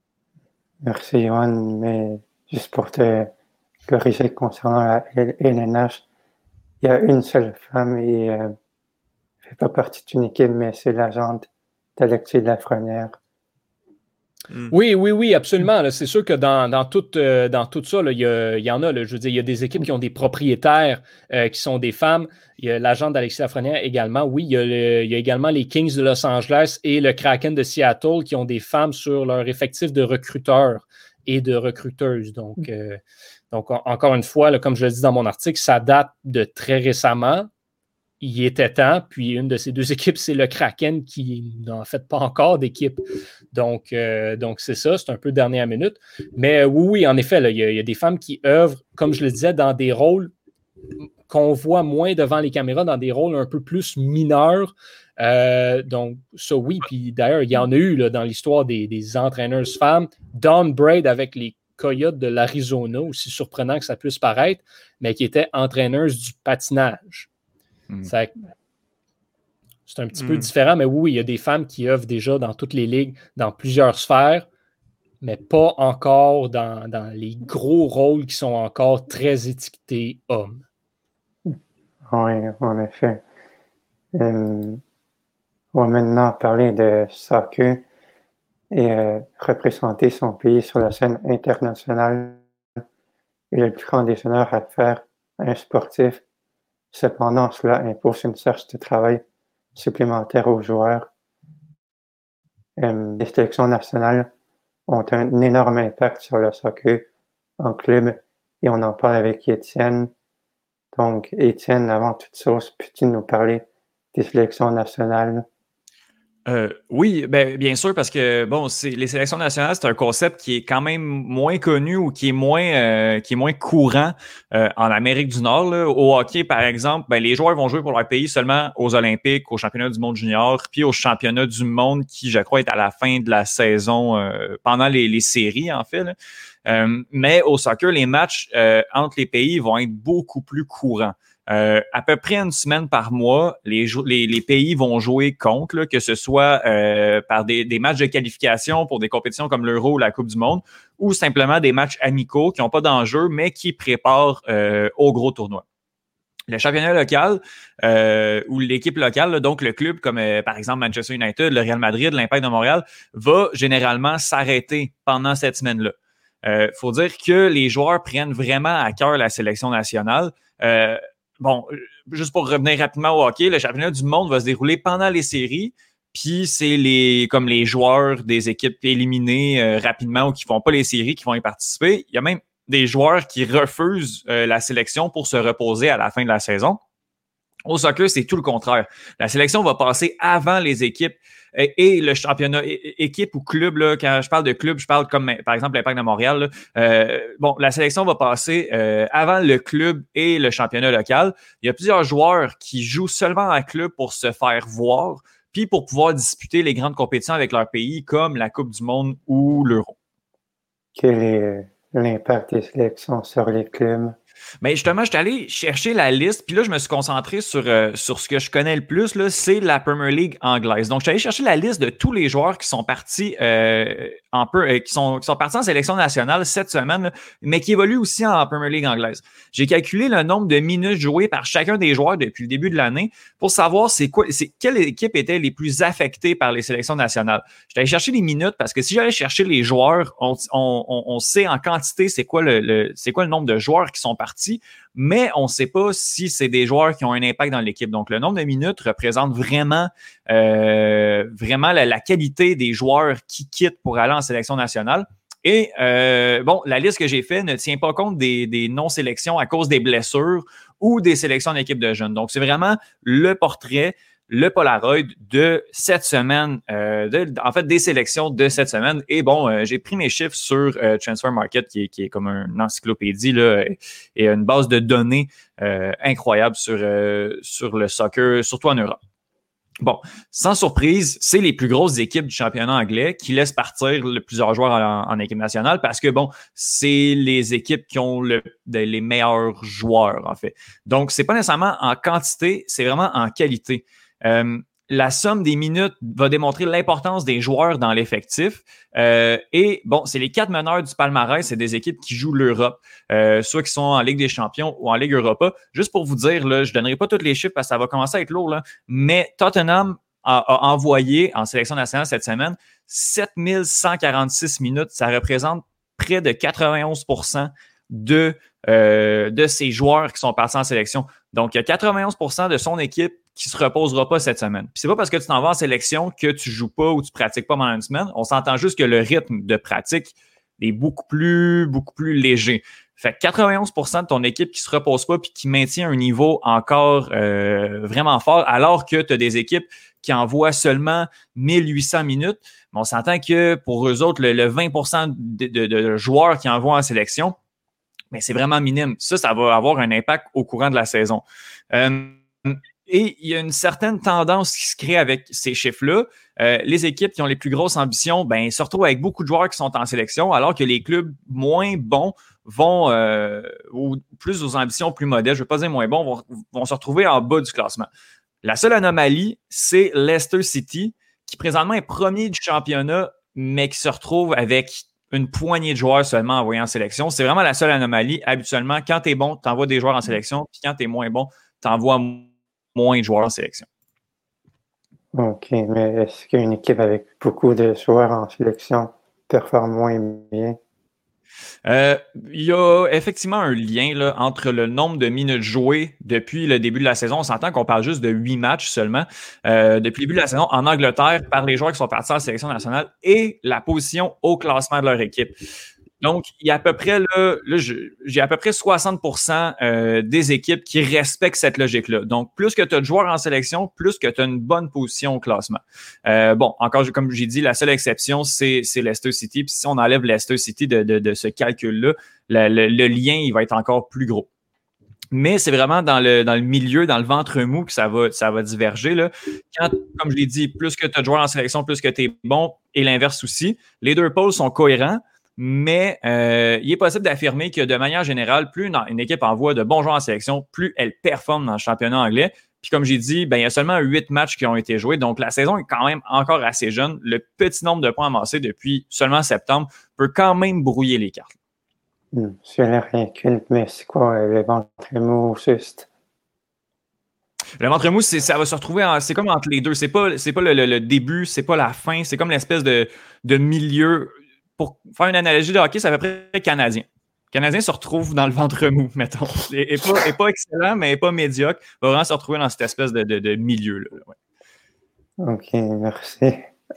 Merci, Johan. Mais juste pour te corriger concernant la L N H, il y a une seule femme et elle euh, ne fait pas partie d'une équipe, mais c'est l'agente d'Alexis Lafrenière. Mm. Oui, oui, oui, absolument. Là, c'est sûr que dans, dans, tout, euh, dans tout ça, il y, y en a. Là, je veux dire, il y a des équipes qui ont des propriétaires euh, qui sont des femmes. Il y a l'agent d'Alexis Lafrenière également. Oui, il y, a le, il y a également les Kings de Los Angeles et le Kraken de Seattle qui ont des femmes sur leur effectif de recruteurs et de recruteuses. Donc, euh, donc en, encore une fois, là, comme je le dis dans mon article, ça date de très récemment. Il était temps, puis une de ces deux équipes, c'est le Kraken qui n'en fait pas encore d'équipe. Donc, euh, donc c'est ça, c'est un peu dernière minute. Mais euh, oui, oui, en effet, là, il, y a, il y a des femmes qui œuvrent, comme je le disais, dans des rôles qu'on voit moins devant les caméras dans des rôles un peu plus mineurs. Euh, donc, ça, oui. Puis d'ailleurs, il y en a eu là, dans l'histoire des, des entraîneuses femmes. Dawn Braid avec les Coyotes de l'Arizona, aussi surprenant que ça puisse paraître, mais qui était entraîneuse du patinage. Mm. Ça, c'est un petit mm. peu différent, mais oui, il y a des femmes qui œuvrent déjà dans toutes les ligues, dans plusieurs sphères, mais pas encore dans, dans les gros rôles qui sont encore très étiquetés hommes. Oui, en effet. Euh, on va maintenant parler de soccer et euh, représenter son pays sur la scène internationale est le plus grand des honneurs à faire à un sportif. Cependant, cela impose une charge de travail supplémentaire aux joueurs. Euh, les sélections nationales ont un énorme impact sur le soccer en club et on en parle avec Étienne. Donc, Étienne, avant toute chose, peux-tu nous parler des sélections nationales? Euh, oui, ben, bien sûr, parce que bon, c'est, les sélections nationales, c'est un concept qui est quand même moins connu ou qui est moins, euh, qui est moins courant euh, en Amérique du Nord. Là. Au hockey, par exemple, ben, les joueurs vont jouer pour leur pays seulement aux Olympiques, aux championnats du monde junior, puis aux championnats du monde qui, je crois, est à la fin de la saison, euh, pendant les, les séries, en fait. Là. Euh, mais au soccer, les matchs euh, entre les pays vont être beaucoup plus courants. Euh, à peu près une semaine par mois, les, les, les pays vont jouer contre, là, que ce soit euh, par des, des matchs de qualification pour des compétitions comme l'Euro ou la Coupe du Monde, ou simplement des matchs amicaux qui n'ont pas d'enjeu, mais qui préparent euh, au gros tournoi. Le championnat local euh, ou l'équipe locale, là, donc le club comme euh, par exemple Manchester United, le Real Madrid, l'Impact de Montréal, va généralement s'arrêter pendant cette semaine-là. Il euh, faut dire que les joueurs prennent vraiment à cœur la sélection nationale. Euh, Bon, juste pour revenir rapidement au hockey, le championnat du monde va se dérouler pendant les séries, puis c'est les comme les joueurs des équipes éliminées euh, rapidement ou qui font pas les séries qui vont y participer. Il y a même des joueurs qui refusent euh, la sélection pour se reposer à la fin de la saison. Au soccer, c'est tout le contraire. La sélection va passer avant les équipes et, et le championnat, é, équipe ou club, là, quand je parle de club, je parle comme par exemple l'Impact de Montréal. Là, euh, bon, la sélection va passer euh, avant le club et le championnat local. Il y a plusieurs joueurs qui jouent seulement en club pour se faire voir, puis pour pouvoir disputer les grandes compétitions avec leur pays, comme la Coupe du Monde ou l'Euro. Quel est l'impact des sélections sur les clubs? Mais justement, je suis allé chercher la liste, puis là, je me suis concentré sur, euh, sur ce que je connais le plus, là, c'est la Premier League anglaise. Donc, je suis allé chercher la liste de tous les joueurs qui sont partis euh, en peu, euh, qui sont, qui sont partis en sélection nationale cette semaine, là, mais qui évoluent aussi en Premier League anglaise. J'ai calculé le nombre de minutes jouées par chacun des joueurs depuis le début de l'année pour savoir c'est quoi, c'est quelle équipe était les plus affectées par les sélections nationales. Je suis allé chercher les minutes parce que si j'allais chercher les joueurs, on, on, on, on sait en quantité c'est quoi le, le, c'est quoi le nombre de joueurs qui sont partis, mais on ne sait pas si c'est des joueurs qui ont un impact dans l'équipe. Donc, le nombre de minutes représente vraiment, euh, vraiment la, la qualité des joueurs qui quittent pour aller en sélection nationale. Et euh, bon, la liste que j'ai faite ne tient pas compte des, des non-sélections à cause des blessures ou des sélections d'équipe de jeunes. Donc, c'est vraiment le portrait, le Polaroid de cette semaine, euh, de, en fait, des sélections de cette semaine. Et bon, euh, j'ai pris mes chiffres sur euh, Transfer Market, qui est, qui est comme une encyclopédie là, et, et une base de données euh, incroyable sur, euh, sur le soccer, surtout en Europe. Bon, sans surprise, c'est les plus grosses équipes du championnat anglais qui laissent partir le, plusieurs joueurs en, en équipe nationale parce que, bon, c'est les équipes qui ont le, de, les meilleurs joueurs, en fait. Donc, c'est pas nécessairement en quantité, c'est vraiment en qualité. Euh, la somme des minutes va démontrer l'importance des joueurs dans l'effectif. Euh, et bon, c'est les quatre meneurs du palmarès, c'est des équipes qui jouent l'Europe, euh, soit qui sont en Ligue des Champions ou en Ligue Europa. Juste pour vous dire, là, je ne donnerai pas tous les chiffres parce que ça va commencer à être lourd, là, mais Tottenham a, a envoyé en sélection nationale cette semaine sept mille cent quarante-six minutes. Ça représente près de quatre-vingt-onze pour cent de, euh, de ces joueurs qui sont partis en sélection. Donc, il y a quatre-vingt-onze pour cent de son équipe qui se reposera pas cette semaine. Puis c'est pas parce que tu t'en vas en sélection que tu joues pas ou tu pratiques pas pendant une semaine. On s'entend juste que le rythme de pratique est beaucoup plus, beaucoup plus léger. Fait que quatre-vingt-onze pour cent de ton équipe qui se repose pas puis qui maintient un niveau encore euh, vraiment fort, alors que tu as des équipes qui envoient seulement mille huit cents minutes. Mais on s'entend que pour eux autres, le, le vingt pour cent de, de, de joueurs qui envoient en sélection, mais c'est vraiment minime. Ça, ça va avoir un impact au courant de la saison. Euh, et il y a une certaine tendance qui se crée avec ces chiffres-là. Euh, les équipes qui ont les plus grosses ambitions, ben, se retrouvent avec beaucoup de joueurs qui sont en sélection, alors que les clubs moins bons vont, euh, ou plus aux ambitions plus modestes, je ne veux pas dire moins bons, vont, vont se retrouver en bas du classement. La seule anomalie, c'est Leicester City, qui présentement est premier du championnat, mais qui se retrouve avec une poignée de joueurs seulement envoyés en sélection. C'est vraiment la seule anomalie. Habituellement, quand tu es bon, tu envoies des joueurs en sélection, puis quand tu es moins bon, tu envoies moins de joueurs en sélection. OK, mais est-ce qu'une équipe avec beaucoup de joueurs en sélection performe moins bien? Euh, il y a effectivement un lien là, entre le nombre de minutes jouées depuis le début de la saison. On s'entend qu'on parle juste de huit matchs seulement. Euh, depuis le début de la saison en Angleterre par les joueurs qui sont partis en sélection nationale et la position au classement de leur équipe. Donc, il y a à peu près, là, là j'ai à peu près soixante pour cent euh, des équipes qui respectent cette logique-là. Donc, plus que tu as de joueurs en sélection, plus que tu as une bonne position au classement. Euh, bon, encore, comme j'ai dit, la seule exception, c'est, c'est Leicester City. Puis si on enlève Leicester City de, de, de ce calcul-là, le, le, le lien, il va être encore plus gros. Mais c'est vraiment dans le, dans le milieu, dans le ventre mou que ça va, ça va diverger. Là. Quand, comme je l'ai dit, plus que tu as de joueurs en sélection, plus que tu es bon, et l'inverse aussi. Les deux pôles sont cohérents. Mais euh, il est possible d'affirmer que de manière générale, plus une, une équipe envoie de bons joueurs en sélection, plus elle performe dans le championnat anglais. Puis comme j'ai dit, ben, il y a seulement huit matchs qui ont été joués. Donc la saison est quand même encore assez jeune. Le petit nombre de points amassés depuis seulement septembre peut quand même brouiller les cartes. Hmm, je n'ai rien qu'une, mais c'est quoi le ventre mou juste? Le ventre mou, c'est, ça va se retrouver, en, c'est comme entre les deux. C'est pas, c'est pas le, le, le début, c'est pas la fin. C'est comme l'espèce de, de milieu. Pour faire une analogie de hockey, c'est à peu près canadien. Le Canadien se retrouve dans le ventre mou, mettons. Et, et, pas, et pas excellent, mais pas médiocre. Il va vraiment se retrouver dans cette espèce de, de, de milieu-là. Ouais. OK, merci.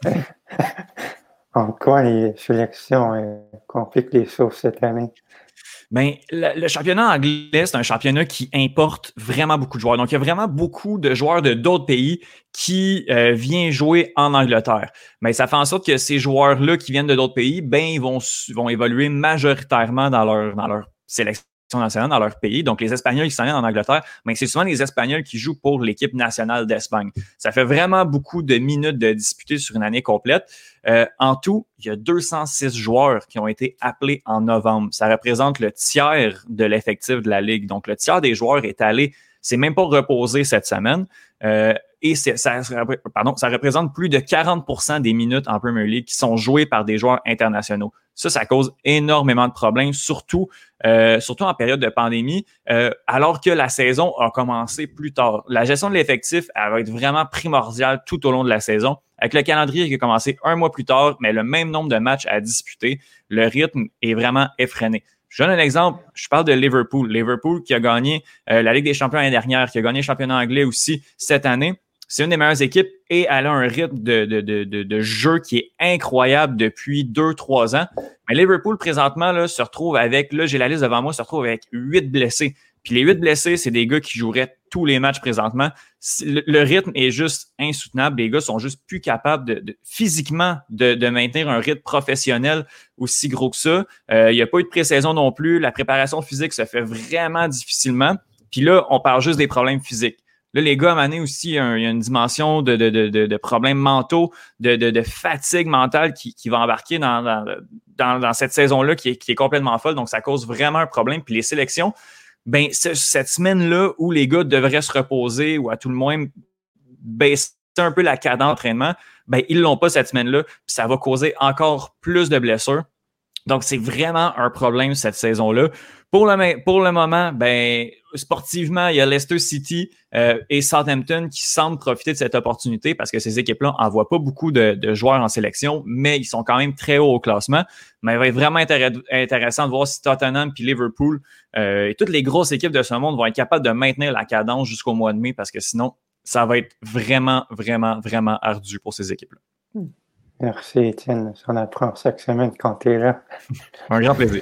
En quoi les sélections euh, compliquent les choses cette année? Bien, le, le championnat anglais, c'est un championnat qui importe vraiment beaucoup de joueurs. Donc, il y a vraiment beaucoup de joueurs de d'autres pays qui euh, viennent jouer en Angleterre. Mais ça fait en sorte que ces joueurs-là qui viennent de d'autres pays, ben, ils vont, vont évoluer majoritairement dans leur, dans leur sélection nationale, dans leur pays. Donc, les Espagnols qui s'en viennent en Angleterre, mais c'est souvent les Espagnols qui jouent pour l'équipe nationale d'Espagne. Ça fait vraiment beaucoup de minutes de disputer sur une année complète. Euh, en tout, il y a deux cent six joueurs qui ont été appelés en novembre. Ça représente le tiers de l'effectif de la Ligue. Donc, le tiers des joueurs est allé, c'est même pas reposé cette semaine. Euh, et c'est, ça, pardon, ça représente plus de quarante pour cent des minutes en Premier League qui sont jouées par des joueurs internationaux. Ça, ça cause énormément de problèmes, surtout, euh, surtout en période de pandémie, euh, alors que la saison a commencé plus tard. La gestion de l'effectif, elle va être vraiment primordiale tout au long de la saison. Avec le calendrier qui a commencé un mois plus tard, mais le même nombre de matchs à disputer, le rythme est vraiment effréné. Je donne un exemple, je parle de Liverpool. Liverpool qui a gagné euh, la Ligue des champions l'année dernière, qui a gagné le championnat anglais aussi cette année. C'est une des meilleures équipes et elle a un rythme de, de, de, de, de jeu qui est incroyable depuis deux, trois ans. Mais Liverpool, présentement, là, se retrouve avec, là, j'ai la liste devant moi, se retrouve avec huit blessés. Puis les huit blessés, c'est des gars qui joueraient tous les matchs présentement. Le, le rythme est juste insoutenable. Les gars sont juste plus capables de, de physiquement de, de maintenir un rythme professionnel aussi gros que ça. Euh, il n'y a pas eu de pré-saison non plus. La préparation physique se fait vraiment difficilement. Puis là, on parle juste des problèmes physiques. Là, les gars, à un moment donné aussi, il y a une dimension de, de, de, de problèmes mentaux, de, de, de fatigue mentale qui, qui va embarquer dans, dans, dans, dans cette saison-là qui est, qui est complètement folle. Donc, ça cause vraiment un problème. Puis les sélections, ben cette semaine-là où les gars devraient se reposer ou à tout le moins baisser un peu la cadence d'entraînement, ben ils l'ont pas cette semaine-là. Puis ça va causer encore plus de blessures. Donc, c'est vraiment un problème cette saison-là. Pour le, pour le moment, ben sportivement, il y a Leicester City euh, et Southampton qui semblent profiter de cette opportunité parce que ces équipes-là n'envoient pas beaucoup de, de joueurs en sélection, mais ils sont quand même très haut au classement. Mais il va être vraiment intér- intéressant de voir si Tottenham puis Liverpool euh, et toutes les grosses équipes de ce monde vont être capables de maintenir la cadence jusqu'au mois de mai parce que sinon, ça va être vraiment, vraiment, vraiment ardu pour ces équipes-là. Merci, Étienne. On apprend chaque semaine quand tu es là. Un grand plaisir.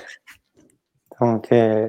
Donc, euh,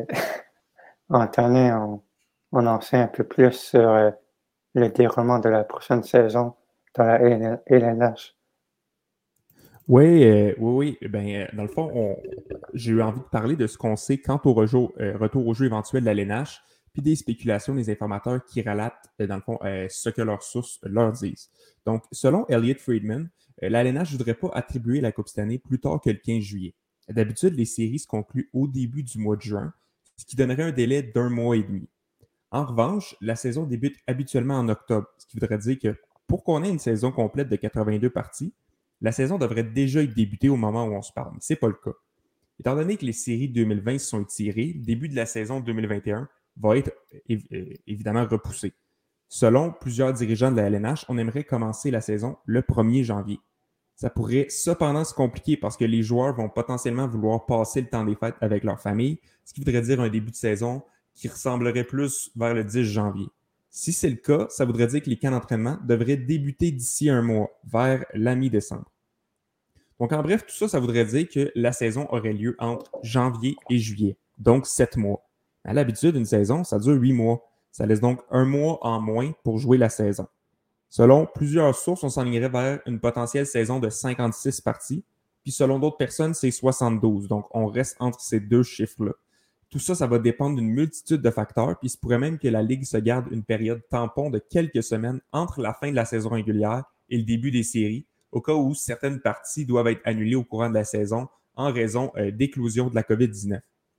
Anthony, on, on en sait un peu plus sur euh, le déroulement de la prochaine saison dans la L N H. Oui, euh, oui, oui. Ben, euh, dans le fond, on- j'ai eu envie de parler de ce qu'on sait quant au rejou- euh, retour au jeu éventuel de la L N H, puis des spéculations des informateurs qui relatent, euh, dans le fond, euh, ce que leurs sources leur disent. Donc, selon Elliot Friedman, euh, la L N H ne voudrait pas attribuer la Coupe cette année plus tard que le quinze juillet. D'habitude, les séries se concluent au début du mois de juin, ce qui donnerait un délai d'un mois et demi. En revanche, la saison débute habituellement en octobre, ce qui voudrait dire que pour qu'on ait une saison complète de quatre-vingt-deux parties, la saison devrait déjà être débutée au moment où on se parle, mais ce n'est pas le cas. Étant donné que les séries deux mille vingt se sont étirées, le début de la saison deux mille vingt et un va être év- évidemment repoussé. Selon plusieurs dirigeants de la L N H, on aimerait commencer la saison le premier janvier. Ça pourrait cependant se compliquer parce que les joueurs vont potentiellement vouloir passer le temps des fêtes avec leur famille, ce qui voudrait dire un début de saison qui ressemblerait plus vers le dix janvier. Si c'est le cas, ça voudrait dire que les camps d'entraînement devraient débuter d'ici un mois, vers la mi-décembre. Donc, en bref, tout ça, ça voudrait dire que la saison aurait lieu entre janvier et juillet, donc sept mois. À l'habitude, une saison, ça dure huit mois. Ça laisse donc un mois en moins pour jouer la saison. Selon plusieurs sources, on s'enlignerait vers une potentielle saison de cinquante-six parties, puis selon d'autres personnes, c'est soixante-douze. Donc, on reste entre ces deux chiffres-là. Tout ça, ça va dépendre d'une multitude de facteurs, puis il se pourrait même que la Ligue se garde une période tampon de quelques semaines entre la fin de la saison régulière et le début des séries, au cas où certaines parties doivent être annulées au courant de la saison en raison euh, d'éclosion de la COVID dix-neuf.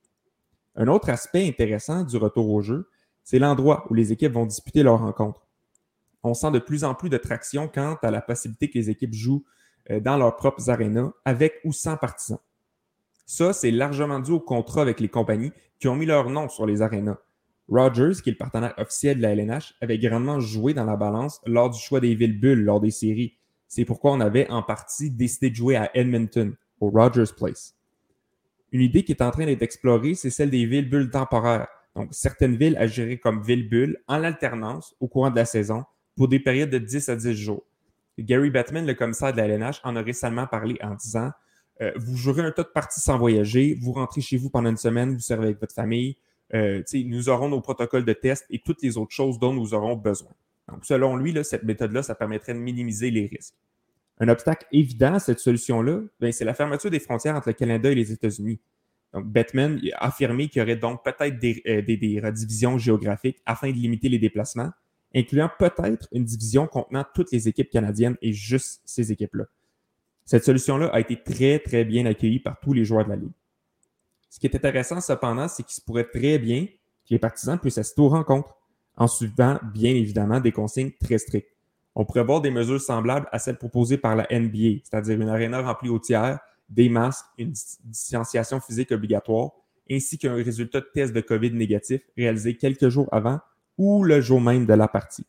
Un autre aspect intéressant du retour au jeu, c'est l'endroit où les équipes vont disputer leurs rencontres. On sent de plus en plus de traction quant à la possibilité que les équipes jouent euh, dans leurs propres arénas, avec ou sans partisans. Ça, c'est largement dû au contrat avec les compagnies qui ont mis leur nom sur les arénas. Rogers, qui est le partenaire officiel de la L N H, avait grandement joué dans la balance lors du choix des villes bulles lors des séries. C'est pourquoi on avait en partie décidé de jouer à Edmonton, au Rogers Place. Une idée qui est en train d'être explorée, c'est celle des villes bulles temporaires. Donc, certaines villes agiraient comme villes bulles en alternance au courant de la saison pour des périodes de dix à dix jours. Gary Bettman, le commissaire de la L N H, en a récemment parlé en disant euh, vous jouerez un tas de parties sans voyager, vous rentrez chez vous pendant une semaine, vous servez avec votre famille, euh, nous aurons nos protocoles de test et toutes les autres choses dont nous aurons besoin. Donc, selon lui, là, cette méthode-là, ça permettrait de minimiser les risques. Un obstacle évident à cette solution-là, ben, c'est la fermeture des frontières entre le Canada et les États-Unis. Donc, Bettman a affirmé qu'il y aurait donc peut-être des, euh, des, des redivisions géographiques afin de limiter les déplacements, incluant peut-être une division contenant toutes les équipes canadiennes et juste ces équipes-là. Cette solution-là a été très, très bien accueillie par tous les joueurs de la Ligue. Ce qui est intéressant, cependant, c'est qu'il se pourrait très bien que les partisans puissent assister aux rencontres, en suivant, bien évidemment, des consignes très strictes. On pourrait voir des mesures semblables à celles proposées par la N B A, c'est-à-dire une aréna remplie au tiers, des masques, une distanciation physique obligatoire, ainsi qu'un résultat de test de COVID négatif réalisé quelques jours avant ou le jour même de la partie.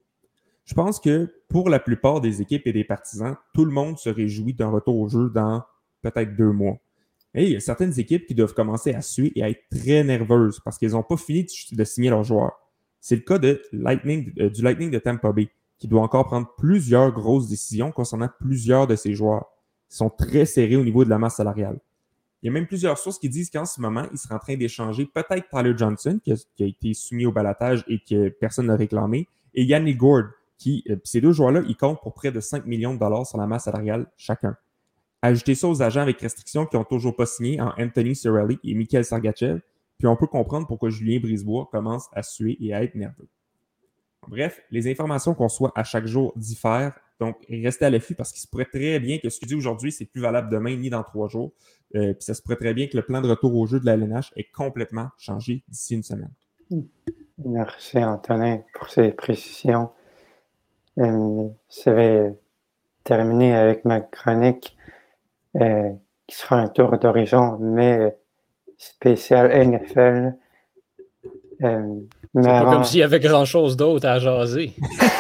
Je pense que pour la plupart des équipes et des partisans, tout le monde se réjouit d'un retour au jeu dans peut-être deux mois. Et il y a certaines équipes qui doivent commencer à suer et à être très nerveuses parce qu'elles n'ont pas fini de signer leurs joueurs. C'est le cas de Lightning, euh, du Lightning de Tampa Bay, qui doit encore prendre plusieurs grosses décisions concernant plusieurs de ses joueurs. Ils sont très serrés au niveau de la masse salariale. Il y a même plusieurs sources qui disent qu'en ce moment, ils seraient en train d'échanger peut-être Tyler Johnson, qui a, qui a été soumis au balotage et que personne n'a réclamé, et Yannick Gourde, qui, euh, ces deux joueurs-là, ils comptent pour près de cinq millions de dollars sur la masse salariale chacun. Ajoutez ça aux agents avec restrictions qui n'ont toujours pas signé en Anthony Cirelli et Mikhail Sergachev, puis on peut comprendre pourquoi Julien Brisebois commence à suer et à être nerveux. Bref, les informations qu'on reçoit à chaque jour diffèrent, donc restez à l'affût parce qu'il se pourrait très bien que ce que je dis aujourd'hui, c'est plus valable demain ni dans trois jours. Euh, puis ça se pourrait très bien que le plan de retour au jeu de la L N H ait complètement changé d'ici une semaine. Merci Antonin pour ces précisions. Euh, je vais terminer avec ma chronique euh, qui sera un tour d'horizon, mais spécial N F L. Euh, C'est pas avant... comme s'il y avait grand-chose d'autre à jaser.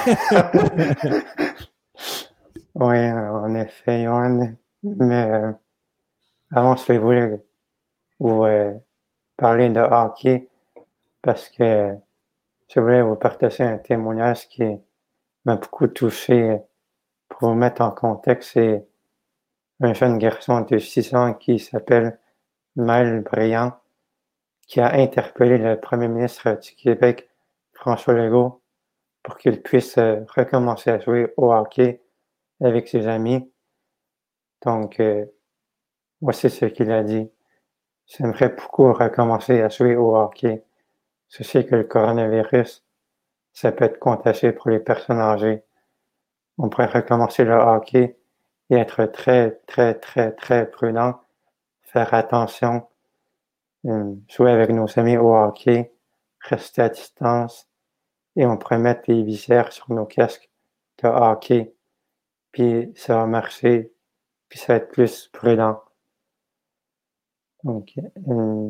Oui, en effet, Yoann. Mais euh, avant, je vais vous, vous euh, parler de hockey parce que je voulais vous partager un témoignage qui m'a beaucoup touché. Pour vous mettre en contexte, c'est un jeune garçon de six ans qui s'appelle Maël Briand, qui a interpellé le premier ministre du Québec, François Legault, pour qu'il puisse recommencer à jouer au hockey avec ses amis. Donc, euh, voici ce qu'il a dit. J'aimerais beaucoup recommencer à jouer au hockey. Je sais que le coronavirus, ça peut être contagieux pour les personnes âgées. On pourrait recommencer le hockey et être très, très, très, très prudent, faire attention, euh, jouer avec nos amis au hockey, rester à distance, et on pourrait mettre des visières sur nos casques de hockey, puis ça va marcher, puis ça va être plus prudent. Donc, euh,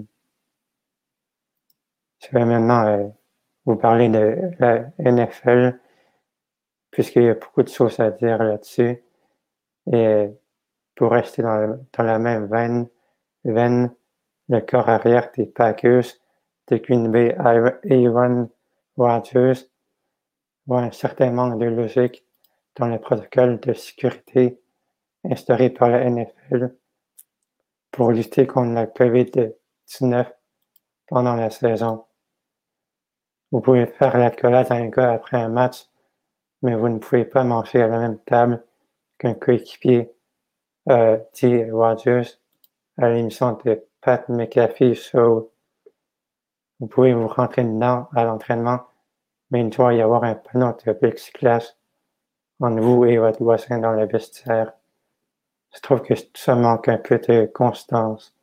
je vais maintenant euh, vous parler de la N F L, puisqu'il y a beaucoup de choses à dire là-dessus. Et pour rester dans, le, dans la même veine, veine, le corps arrière des Packers de Green Bay, Aaron Rodgers, voit un certain manque de logique dans le protocole de sécurité instauré par la N F L pour lutter contre la COVID dix-neuf pendant la saison. Vous pouvez faire l'accolade à un gars après un match, mais vous ne pouvez pas manger à la même table qu'un coéquipier, euh, dit Rodgers à l'émission de Pat McAfee Show. Vous pouvez vous rentrer dedans à l'entraînement, mais il doit y avoir un panneau de plexiglas entre vous et votre voisin dans le vestiaire. Je trouve que ça manque un peu de constance.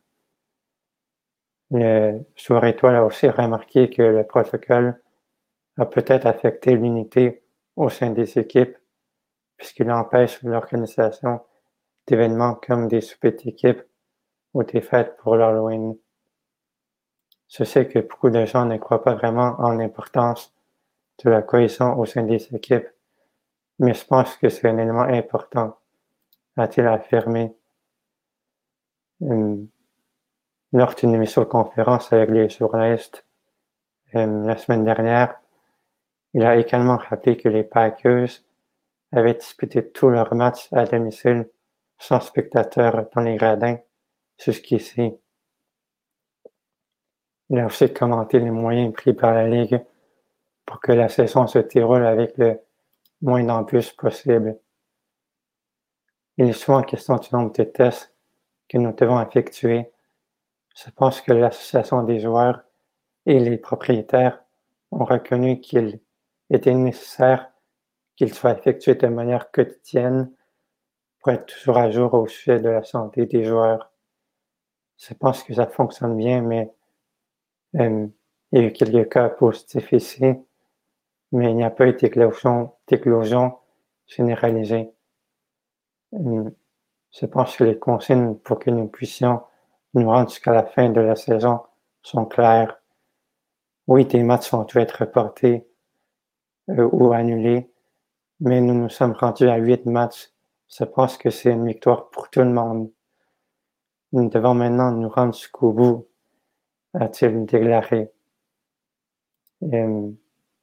Le joueur étoile a aussi remarqué que le protocole a peut-être affecté l'unité au sein des équipes, puisqu'il empêche l'organisation d'événements comme des soupers d'équipe ou des fêtes pour l'Halloween. Je sais que beaucoup de gens ne croient pas vraiment en l'importance de la cohésion au sein des équipes, mais je pense que c'est un élément important, a-t-il affirmé. Um, lors d'une émission de conférence avec les journalistes um, la semaine dernière, il a également rappelé que les Packers avaient disputé tous leurs matchs à domicile sans spectateurs dans les gradins jusqu'ici. Il a aussi commenté les moyens pris par la Ligue pour que la saison se déroule avec le moins d'embûches possible. Il est souvent question du nombre de tests que nous devons effectuer. Je pense que l'association des joueurs et les propriétaires ont reconnu qu'il était nécessaire qu'il soit effectué de manière quotidienne pour être toujours à jour au sujet de la santé des joueurs. Je pense que ça fonctionne bien, mais euh, il y a eu quelques cas positifs ici, mais il n'y a pas eu d'éclosion, d'éclosion généralisée. Euh, je pense que les consignes pour que nous puissions nous rendre jusqu'à la fin de la saison sont claires. Oui, des matchs vont être reportés euh, ou annulés, mais nous nous sommes rendus à huit matchs. Je pense que c'est une victoire pour tout le monde. Nous devons maintenant nous rendre jusqu'au bout, a-t-il déclaré. Euh,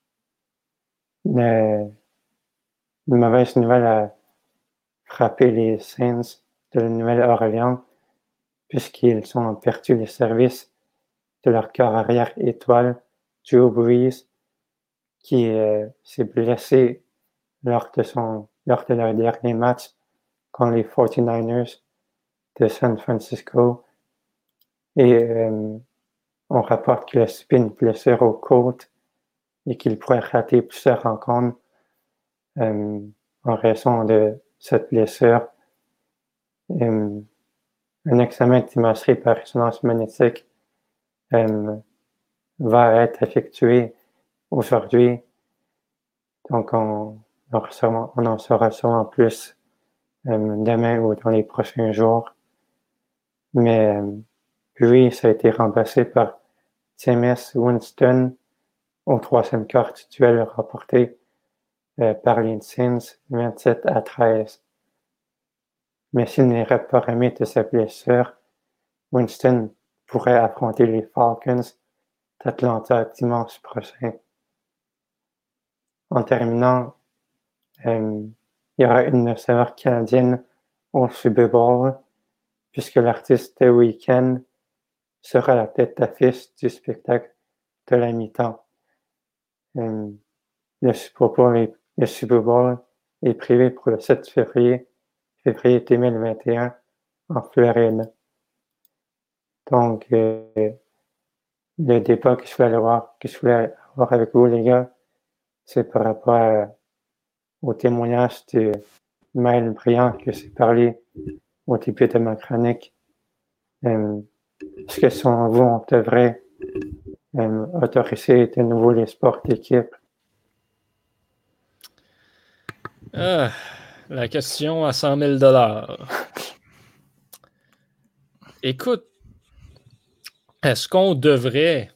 une mauvaise nouvelle a frappé les Saints de la Nouvelle-Orléans, puisqu'ils ont perdu les services de leur corps arrière étoile, Drew Brees, qui euh, s'est blessé lors de, son, lors de leur dernier match contre les forty-niners de San Francisco. Et euh, on rapporte qu'il a subi une blessure aux côtes et qu'il pourrait rater plusieurs rencontres euh, en raison de cette blessure. Euh, un examen d'imagerie par résonance magnétique euh, va être effectué aujourd'hui. Donc, on, on en saura sûrement plus euh, demain ou dans les prochains jours. Mais euh, lui, ça a été remplacé par Jameis Winston au troisième quart du duel remporté euh, par les Saints vingt-sept à treize. Mais s'il n'est pas remis de sa blessure, Winston pourrait affronter les Falcons d'Atlanta dimanche prochain. En terminant, euh, il y aura une saveur canadienne au Super Bowl, puisque l'artiste The Weeknd sera la tête d'affiche du spectacle de la mi-temps. Euh, le, Super Bowl est, le Super Bowl est prévu pour le sept février février deux mille vingt et un en Floride. Donc, euh, le débat que je voulais avoir, que je voulais avoir avec vous, les gars, c'est par rapport à, au témoignage de Maël Briand que j'ai parlé au début de ma chronique. Euh, Est-ce que selon vous, on devrait euh, autoriser de nouveau les sports d'équipe? Ah, la question à cent mille dollars. Écoute, est-ce qu'on devrait?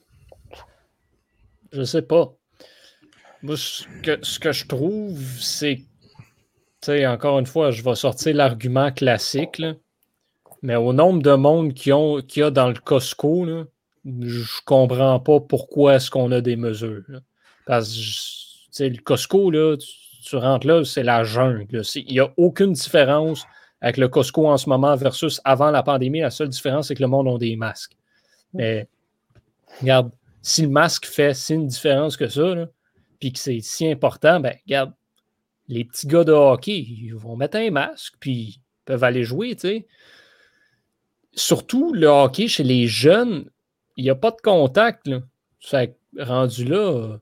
Je sais pas. Moi, ce que, ce que je trouve, c'est, tu sais, encore une fois, je vais sortir l'argument classique, là, mais au nombre de monde qu'il y a dans le Costco, là, je comprends pas pourquoi est-ce qu'on a des mesures. Là. Parce que, tu sais, le Costco, là, tu, tu rentres là, c'est la jungle. Il n'y a aucune différence avec le Costco en ce moment versus avant la pandémie. La seule différence, c'est que le monde a des masques. Mais, regarde, si le masque fait si une différence que ça, là, puis que c'est si important, ben, regarde, les petits gars de hockey, ils vont mettre un masque, puis ils peuvent aller jouer, tu sais. Surtout, le hockey, chez les jeunes, il n'y a pas de contact, là. Ça rendu là.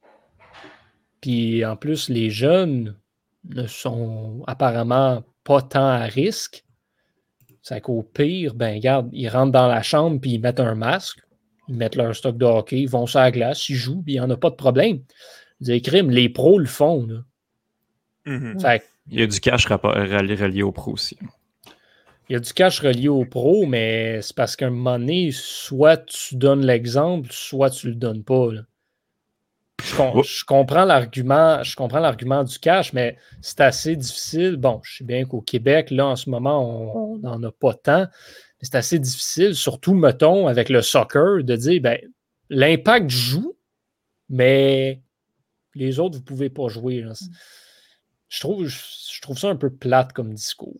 Puis, en plus, les jeunes ne sont apparemment pas tant à risque. C'est qu'au pire, ben, regarde, ils rentrent dans la chambre, puis ils mettent un masque, ils mettent leur stock de hockey, ils vont sur la glace, ils jouent, puis il n'y en a pas de problème. Des crimes, les pros le font, là. Mm-hmm. Fait, il y a du cash relié aux pros aussi. Il y a du cash relié aux pros, mais c'est parce qu'à un moment donné, soit tu donnes l'exemple, soit tu le donnes pas. Là. Je, com- oh. je comprends l'argument, je comprends l'argument du cash, mais c'est assez difficile. Bon, je sais bien qu'au Québec, là, en ce moment, on n'en a pas tant, mais c'est assez difficile, surtout, mettons, avec le soccer, de dire, ben, l'Impact joue, mais les autres, vous ne pouvez pas jouer. Là. Je trouve, je, je trouve ça un peu plate comme discours.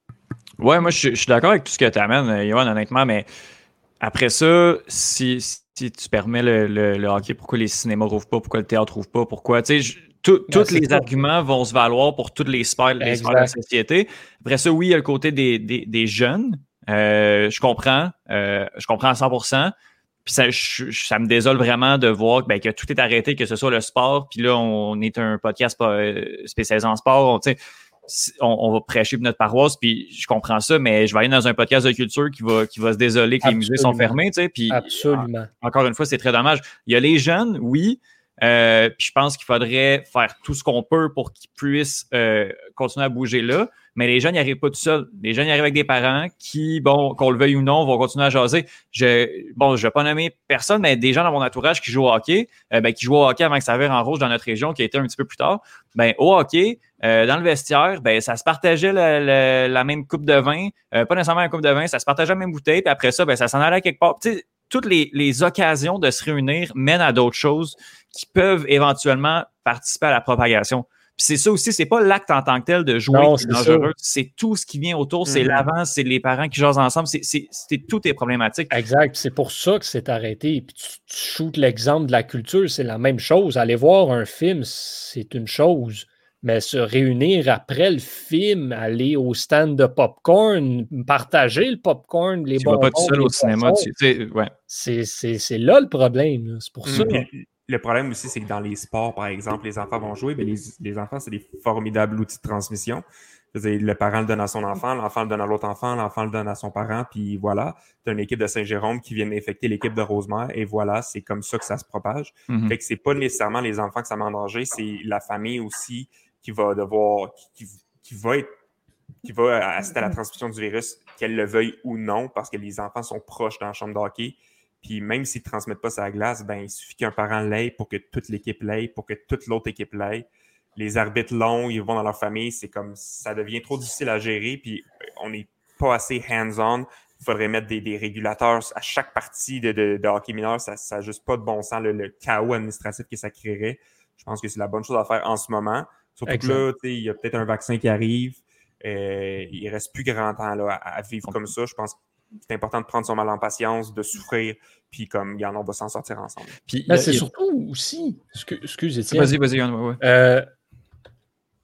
Ouais, moi, je, je suis d'accord avec tout ce que tu amènes, Yoann, honnêtement, mais après ça, si, si tu permets le, le, le hockey, pourquoi les cinémas rouvrent pas, pourquoi le théâtre rouvre pas, pourquoi, tu sais, tous les ça. arguments vont se valoir pour tous les sphères, les sphères de la société. Après ça, oui, il y a le côté des, des, des jeunes, euh, je comprends, euh, je comprends à cent pour cent. Puis ça, je, ça me désole vraiment de voir ben, que tout est arrêté, que ce soit le sport. Puis là, on est un podcast spécialisé en sport. Tu sais, on, on va prêcher pour notre paroisse. Puis je comprends ça, mais je vais aller dans un podcast de culture qui va, qui va se désoler que Absolument. Les musées sont fermés. Tu sais, puis Absolument. En, encore une fois, c'est très dommage. Il y a les jeunes, oui. Euh, puis je pense qu'il faudrait faire tout ce qu'on peut pour qu'ils puissent euh, continuer à bouger là. Mais les jeunes n'y arrivent pas tout seuls. Les jeunes y arrivent avec des parents qui, bon, qu'on le veuille ou non, vont continuer à jaser. Je, bon, je vais pas nommer personne, mais des gens dans mon entourage qui jouent au hockey, euh, ben, qui jouent au hockey avant que ça vire en rouge dans notre région, qui a été un petit peu plus tard. Ben, au hockey, euh, dans le vestiaire, ben, ça se partageait la, la, la même coupe de vin, euh, pas nécessairement la coupe de vin, ça se partageait la même bouteille, puis après ça, ben, ça s'en allait quelque part. Tu sais, toutes les, les occasions de se réunir mènent à d'autres choses qui peuvent éventuellement participer à la propagation. Puis c'est ça aussi, c'est pas l'acte en tant que tel de jouer non, qui est dangereux, c'est tout ce qui vient autour, c'est mm-hmm. l'avance, c'est les parents qui jasent ensemble, c'est, c'est, c'est tout est problématique. Exact, puis c'est pour ça que c'est arrêté. Puis tu, tu shootes l'exemple de la culture, c'est la même chose. Aller voir un film, c'est une chose, mais se réunir après le film, aller au stand de popcorn, partager le popcorn, les tu bonbons. Tu vas pas tout seul au cinéma, tu sais, ouais. C'est, c'est, c'est là le problème, là. C'est pour mm-hmm. ça. Puis, le problème aussi, c'est que dans les sports, par exemple, les enfants vont jouer, mais les, les enfants, c'est des formidables outils de transmission. C'est-à-dire, le parent le donne à son enfant, l'enfant le donne à l'autre enfant, l'enfant le donne à son parent, puis voilà. Tu as une équipe de Saint-Jérôme qui vient infecter l'équipe de Rosemère, et voilà, c'est comme ça que ça se propage. Mm-hmm. Fait que c'est pas nécessairement les enfants que ça met en danger, c'est la famille aussi qui va devoir, qui, qui, qui va être, qui va assister à la transmission du virus, qu'elle le veuille ou non, parce que les enfants sont proches dans la chambre de hockey. Puis même s'ils ne transmettent pas sa glace, ben il suffit qu'un parent l'aille pour que toute l'équipe l'aille, pour que toute l'autre équipe l'aille. Les arbitres longs, ils vont dans leur famille, c'est comme ça devient trop difficile à gérer, puis on n'est pas assez hands-on. Il faudrait mettre des, des régulateurs à chaque partie de, de, de hockey mineur, ça n'a juste pas de bon sens, le, le chaos administratif que ça créerait. Je pense que c'est la bonne chose à faire en ce moment. Surtout exact. Que là, il y a peut-être un vaccin qui arrive, euh, il ne reste plus grand temps là, à, à vivre comme ça. Je pense que c'est important de prendre son mal en patience, de souffrir, puis comme, regarde, on va s'en sortir ensemble. Puis là, c'est a... surtout aussi, excuse, excuse Étienne. Vas-y, vas-y, ouais, ouais. Euh, on,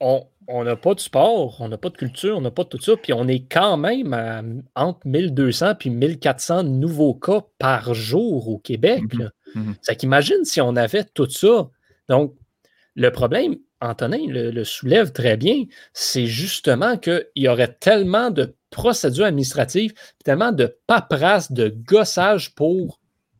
on n'a pas de sport, on n'a pas de culture, on n'a pas de tout ça, puis on est quand même à, entre mille deux cents puis mille quatre cents nouveaux cas par jour au Québec. Mm-hmm. Mm-hmm. C'est qu'imagine si on avait tout ça. Donc, le problème, Antonin le, le soulève très bien, c'est justement qu'il y aurait tellement de procédures administratives, tellement de paperasse, de gossage pour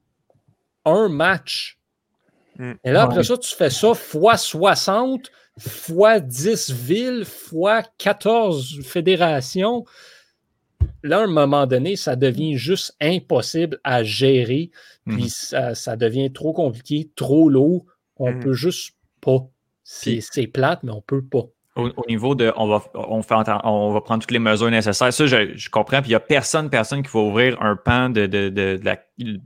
un match. Mm. Et là, après ouais. ça, tu fais ça fois soixante, fois dix villes, fois quatorze fédérations. Là, à un moment donné, ça devient juste impossible à gérer, puis mm. ça, ça devient trop compliqué, trop lourd. On mm. peut juste pas. C'est, c'est plate, mais on peut pas. Au, au niveau de, on va, on, fait, on va prendre toutes les mesures nécessaires. Ça, je, je comprends. Puis il n'y a personne, personne qui va ouvrir un pan de, de, de, de la,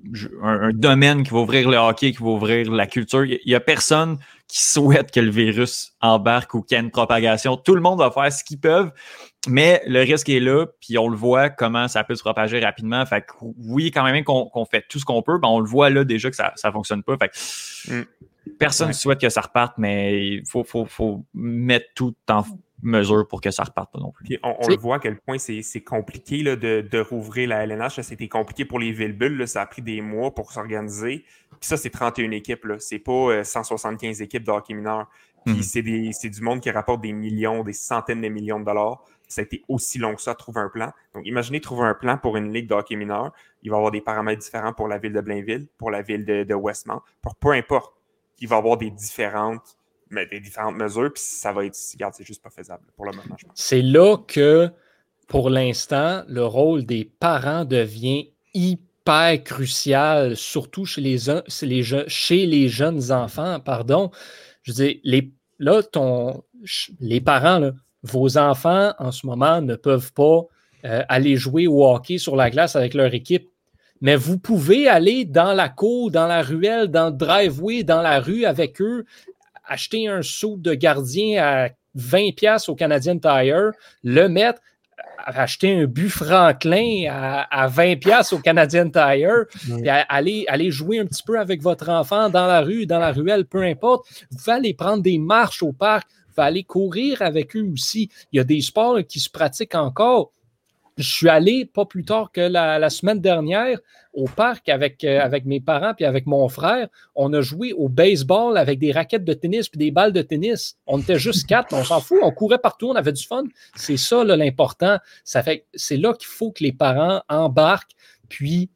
un, un domaine qui va ouvrir le hockey, qui va ouvrir la culture. Il n'y a personne qui souhaite que le virus embarque ou qu'il y ait une propagation. Tout le monde va faire ce qu'ils peuvent, mais le risque est là. Puis on le voit comment ça peut se propager rapidement. Fait que oui, quand même qu'on, qu'on fait tout ce qu'on peut, ben on le voit là déjà que ça ne fonctionne pas. Fait que, mm. Personne ne ouais. souhaite que ça reparte, mais il faut, faut, faut mettre tout en mesure pour que ça reparte pas non plus. Puis on, on le voit à quel point c'est, c'est compliqué là, de, de rouvrir la L N H. Là, c'était compliqué pour les Villes-Bulles. Là, ça a pris des mois pour s'organiser. Puis ça, c'est trente et une équipes. Là. C'est pas euh, cent soixante-quinze équipes de hockey mineur. Puis mm-hmm. c'est, des, c'est du monde qui rapporte des millions, des centaines de millions de dollars. Ça a été aussi long que ça, trouver un plan. Donc, imaginez trouver un plan pour une ligue de hockey mineur. Il va y avoir des paramètres différents pour la ville de Blainville, pour la ville de, de Westmount, pour peu importe. Il va y avoir des différentes, mais des différentes mesures, puis ça va être, regarde, c'est juste pas faisable pour le moment, je pense. C'est là que, pour l'instant, le rôle des parents devient hyper crucial, surtout chez les, les, chez les jeunes enfants, pardon. Je veux dire, les, là, ton, les parents, là, vos enfants, en ce moment, ne peuvent pas euh, aller jouer au hockey sur la glace avec leur équipe. Mais vous pouvez aller dans la cour, dans la ruelle, dans le driveway, dans la rue avec eux, acheter un seau de gardien à vingt dollars au Canadian Tire, le mettre, acheter un but Franklin à, à vingt dollars au Canadian Tire, mmh. puis aller, aller jouer un petit peu avec votre enfant dans la rue, dans la ruelle, peu importe. Vous pouvez aller prendre des marches au parc, vous pouvez aller courir avec eux aussi. Il y a des sports qui se pratiquent encore. Je suis allé pas plus tard que la, la semaine dernière au parc avec, euh, avec mes parents puis avec mon frère. On a joué au baseball avec des raquettes de tennis puis des balles de tennis. On était juste quatre, on s'en fout, on courait partout, on avait du fun. C'est ça là, l'important. Ça fait, c'est là qu'il faut que les parents embarquent. Puis,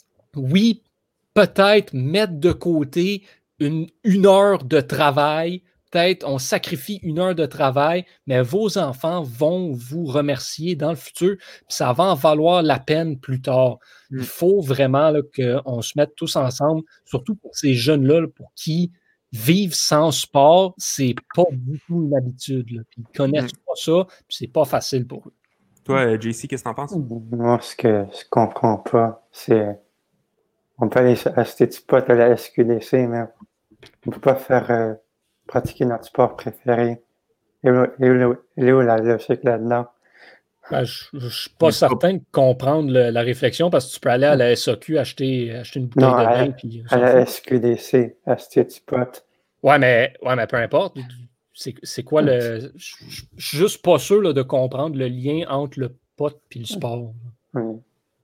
oui, peut-être mettre de côté une, une heure de travail. Peut-être on sacrifie une heure de travail, mais vos enfants vont vous remercier dans le futur, puis ça va en valoir la peine plus tard. Mm. Il faut vraiment là, qu'on se mette tous ensemble, surtout pour ces jeunes-là, là, pour qui vivre sans sport, c'est pas du tout une habitude. Là. Puis ils connaissent mm. pas ça, puis c'est pas facile pour eux. Toi, J C, qu'est-ce que t'en penses? Moi, ce que je comprends pas, c'est on peut aller acheter du pot à la S Q D C, mais on peut pas faire... Euh, pratiquer notre sport préféré. Et où, et où, et où la logique là-dedans? Ben, je ne suis pas certain de comprendre le, la réflexion parce que tu peux aller à la S A Q acheter, acheter une bouteille non, de à, vin. Puis, à la S Q D C, acheter du pot. Ouais, mais, ouais, mais peu importe. C'est, c'est quoi le. Je suis juste pas sûr là, de comprendre le lien entre le pot et le sport. Oui.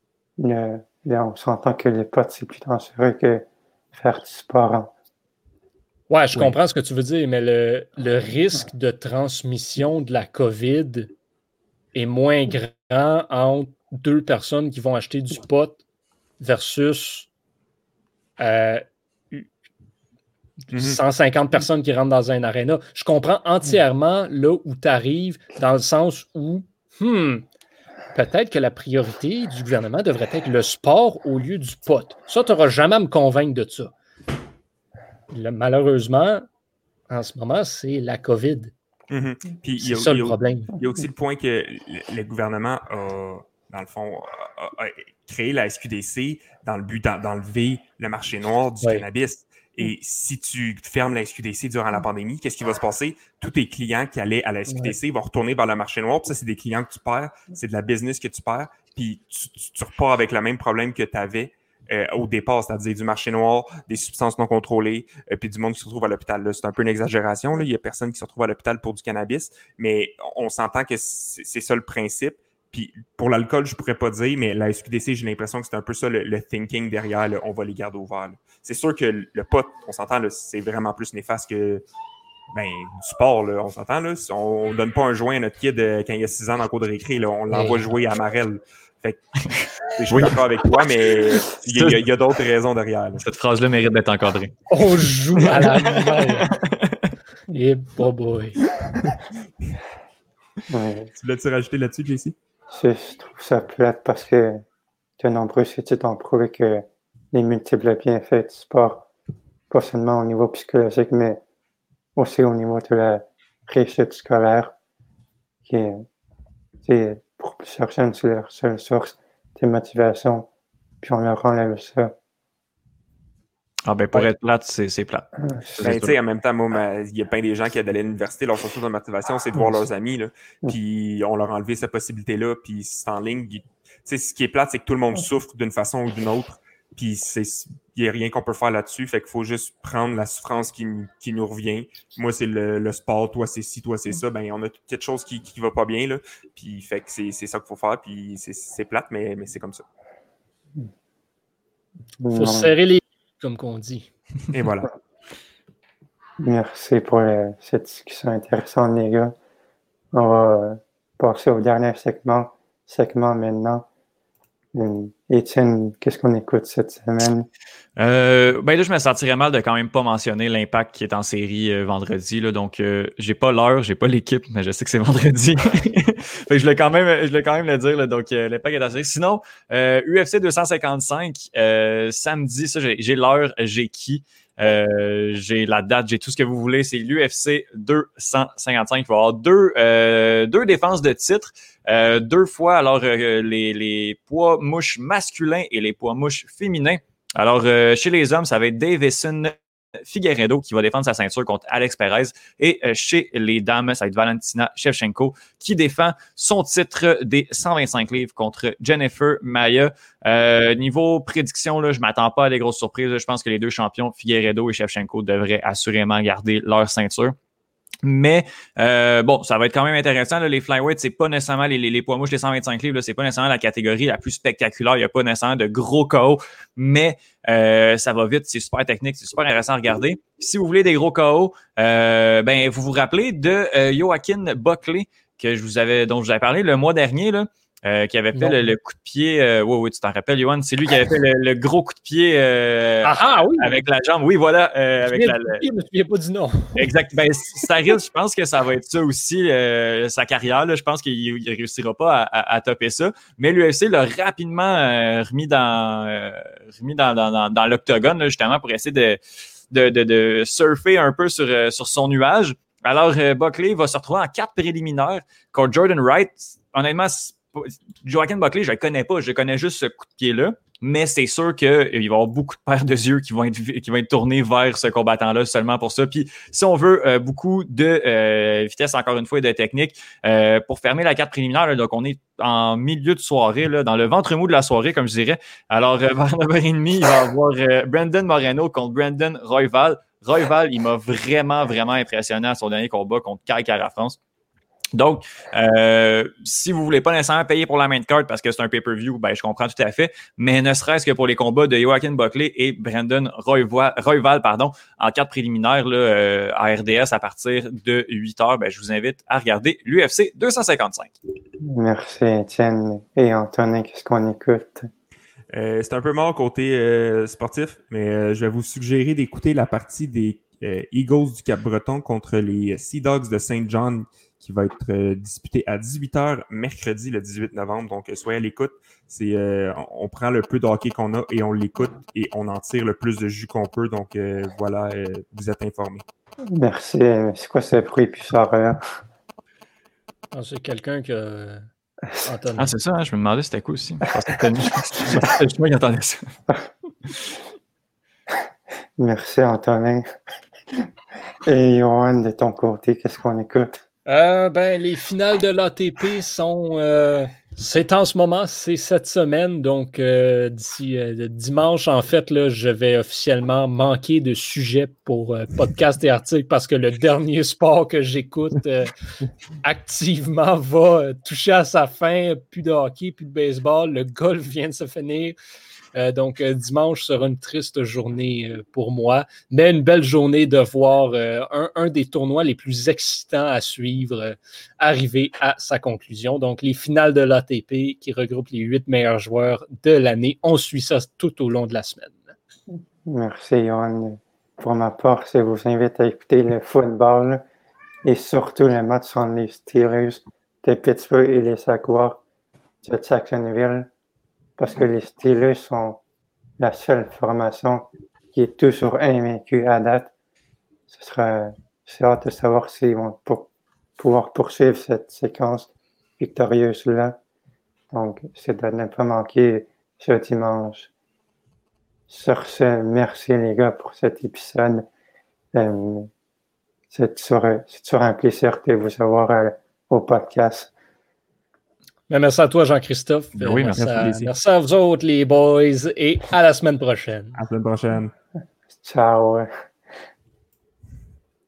Le, là, on s'entend que le pot, c'est plus dangereux que faire du sport. Hein. Ouais, je oui. comprends ce que tu veux dire, mais le, le risque de transmission de la COVID est moins grand entre deux personnes qui vont acheter du pot versus euh, mm-hmm. cent cinquante personnes qui rentrent dans un aréna. Je comprends entièrement là où tu arrives, dans le sens où hmm, peut-être que la priorité du gouvernement devrait être le sport au lieu du pot. Ça, tu n'auras jamais à me convaincre de ça. Le, malheureusement, en ce moment, c'est la COVID. Mm-hmm. Puis, c'est y a, ça le problème. Il y a aussi le point que le, le gouvernement a, dans le fond, a, a créé la S Q D C dans le but d'enlever le marché noir du ouais. cannabis. Et si tu fermes la S Q D C durant la pandémie, qu'est-ce qui va se passer? Tous tes clients qui allaient à la S Q D C ouais. vont retourner vers le marché noir. Puis ça, c'est des clients que tu perds. C'est de la business que tu perds. Puis tu, tu, tu repars avec le même problème que tu avais euh, au départ, c'est-à-dire du marché noir, des substances non contrôlées, euh, puis du monde qui se retrouve à l'hôpital. Là, c'est un peu une exagération. Là. Il y a personne qui se retrouve à l'hôpital pour du cannabis, mais on s'entend que c'est, c'est ça le principe. Puis pour l'alcool, je pourrais pas dire, mais la S Q D C, j'ai l'impression que c'est un peu ça le, le thinking derrière, là, on va les garder ouverts. Là. C'est sûr que le pot, on s'entend, là, c'est vraiment plus néfaste que ben, du sport, là, on s'entend. Là. On donne pas un joint à notre kid euh, quand il y a six ans dans le cours de récré, là, on l'envoie jouer à Marel. Fait que, je suis oui. d'accord avec toi, mais il y, y, y a d'autres raisons derrière. Là. Cette phrase-là mérite d'être encadrée. On joue à la mer. Et boy boy. Ouais. Tu voulais-tu rajouter là-dessus, J C? Je, je trouve ça plate parce que de nombreuses études ont prouvé que les multiples bienfaits du sport, pas seulement au niveau psychologique, mais aussi au niveau de la réussite scolaire, qui est, c'est pour plusieurs jeunes, c'est leur seule source de motivation, puis on leur enlève ça. Ah ben pour ouais. être plate, c'est, c'est plate. Ben, tu sais, en même temps, moi, il y a plein des gens qui allaient à l'université, leur source de motivation, c'est de voir leurs amis, là, puis on leur a enlevé cette possibilité-là, puis c'est en ligne. Tu sais, ce qui est plate, c'est que tout le monde souffre d'une façon ou d'une autre, puis il n'y a rien qu'on peut faire là-dessus, fait qu'il faut juste prendre la souffrance qui, qui nous revient. Moi, c'est le, le sport, toi, c'est ci, toi, c'est ça, ben on a quelque chose qui qui va pas bien, là, puis fait que c'est, c'est ça qu'il faut faire, puis c'est, c'est plate, mais, mais c'est comme ça. Il faut se serrer les comme qu'on dit. Et voilà. Merci pour le, cette discussion intéressante, les gars. On va passer au dernier segment, segment maintenant. Étienne, qu'est-ce qu'on écoute cette semaine? Euh, ben là, je me sentirais mal de quand même pas mentionner l'Impact qui est en série euh, vendredi. Là, donc, euh, j'ai pas l'heure, j'ai pas l'équipe, mais je sais que c'est vendredi. Fait que je voulais quand même, je voulais quand même le dire. Là, donc, euh, l'Impact est en série. Sinon, euh, U F C deux cent cinquante-cinq, euh, samedi, ça, j'ai, j'ai l'heure, j'ai qui? Euh, j'ai la date, j'ai tout ce que vous voulez. C'est l'U F C deux cent cinquante-cinq. Il va y avoir deux, euh, deux défenses de titre. Euh, deux fois, alors, euh, les, les poids mouches masculins et les poids mouches féminins. Alors, euh, chez les hommes, ça va être Davison Figueiredo qui va défendre sa ceinture contre Alex Perez. Et euh, chez les dames, ça va être Valentina Shevchenko qui défend son titre des cent vingt-cinq livres contre Jennifer Maia. Euh, niveau prédiction, là, je ne m'attends pas à des grosses surprises. Là. Je pense que les deux champions, Figueiredo et Shevchenko, devraient assurément garder leur ceinture. Mais euh, bon, ça va être quand même intéressant. Là, les flyweights, c'est pas nécessairement les, les, les poids mouches des cent vingt-cinq livres, là, c'est pas nécessairement la catégorie la plus spectaculaire. Il n'y a pas nécessairement de gros K O, mais euh, ça va vite, c'est super technique, c'est super intéressant à regarder. Si vous voulez des gros K O, euh, ben vous vous rappelez de euh, Joaquin Buckley que je vous avais, dont je vous avais parlé le mois dernier là. Euh, qui avait fait le, le coup de pied. Euh, oui, oui, tu t'en rappelles, Johan. C'est lui qui avait fait le, le gros coup de pied euh, ah, ah, oui. avec la jambe. Oui, voilà. Euh, avec la, le... Je me souviens pas du nom. Exact. Ben, ça risque, je pense que ça va être ça aussi, euh, sa carrière. Là. Je pense qu'il ne réussira pas à, à, à topper ça. Mais l'U F C l'a rapidement euh, remis dans euh, remis dans, dans, dans, dans l'octogone, là, justement, pour essayer de, de, de, de surfer un peu sur, euh, sur son nuage. Alors, euh, Buckley va se retrouver en quatre préliminaires contre Jordan Wright. Honnêtement, Joaquin Buckley, je ne le connais pas, je connais juste ce coup de pied-là, mais c'est sûr qu'il va y avoir beaucoup de paires de yeux qui vont être, qui vont être tournés vers ce combattant-là seulement pour ça. Puis, si on veut euh, beaucoup de euh, vitesse, encore une fois, et de technique, euh, pour fermer la carte préliminaire, là, donc on est en milieu de soirée, là, dans le ventre mou de la soirée, comme je dirais. Alors, euh, vers neuf heures trente, il va y avoir euh, Brandon Moreno contre Brandon Royval. Royval, il m'a vraiment, vraiment impressionné à son dernier combat contre Kai Kara-France. Donc, euh, si vous voulez pas nécessairement payer pour la main card parce que c'est un pay-per-view, ben je comprends tout à fait. Mais ne serait-ce que pour les combats de Joaquin Buckley et Brandon Royval, Royval pardon, en carte préliminaire là, euh, à R D S à partir de huit heures, ben je vous invite à regarder l'U F C deux cent cinquante-cinq. Merci Étienne. Et Antonin, qu'est-ce qu'on écoute? Euh, c'est un peu mort côté euh, sportif, mais euh, je vais vous suggérer d'écouter la partie des euh, Eagles du Cap-Breton contre les Sea Dogs de Saint John, qui va être euh, disputé à dix-huit heures mercredi le dix-huit novembre. Donc, euh, soyez à l'écoute. C'est, euh, on, on prend le peu de hockey qu'on a et on l'écoute et on en tire le plus de jus qu'on peut. Donc, euh, voilà, euh, vous êtes informés. Merci. C'est quoi ce bruit bizarre-là? Ah, c'est quelqu'un qui a... Antonin. Ah, c'est ça, hein? Je me demandais c'était quoi aussi. Je pensais que c'était moi qui entendais ça. Merci, Antonin. Et Johan, de ton côté, qu'est-ce qu'on écoute? Euh, ben, les finales de l'A T P sont... Euh, c'est en ce moment, c'est cette semaine. Donc, euh, d'ici euh, dimanche, en fait, là, je vais officiellement manquer de sujets pour euh, podcast et articles parce que le dernier sport que j'écoute euh, activement va euh, toucher à sa fin. Plus de hockey, plus de baseball. Le golf vient de se finir. Euh, donc, euh, dimanche sera une triste journée euh, pour moi, mais une belle journée de voir euh, un, un des tournois les plus excitants à suivre euh, arriver à sa conclusion. Donc, les finales de l'A T P qui regroupent les huit meilleurs joueurs de l'année. On suit ça tout au long de la semaine. Merci, Johan. Pour ma part, je vous invite à écouter le football et surtout le match entre les Steelers de Pittsburgh et les Jaguars de Jacksonville, parce que les Steelers sont la seule formation qui est toujours invaincue à date. Ce sera, j'ai hâte de savoir s'ils vont pour, pouvoir poursuivre cette séquence victorieuse-là. Donc, c'est de ne pas manquer ce dimanche. Sur ce, merci les gars pour cet épisode. Euh, c'est, toujours, c'est toujours un plaisir de vous avoir euh, au podcast. Mais merci à toi, Jean-Christophe. Ben oui, merci, merci, à, merci à vous autres, les boys, et à la semaine prochaine. À la semaine prochaine. Ciao.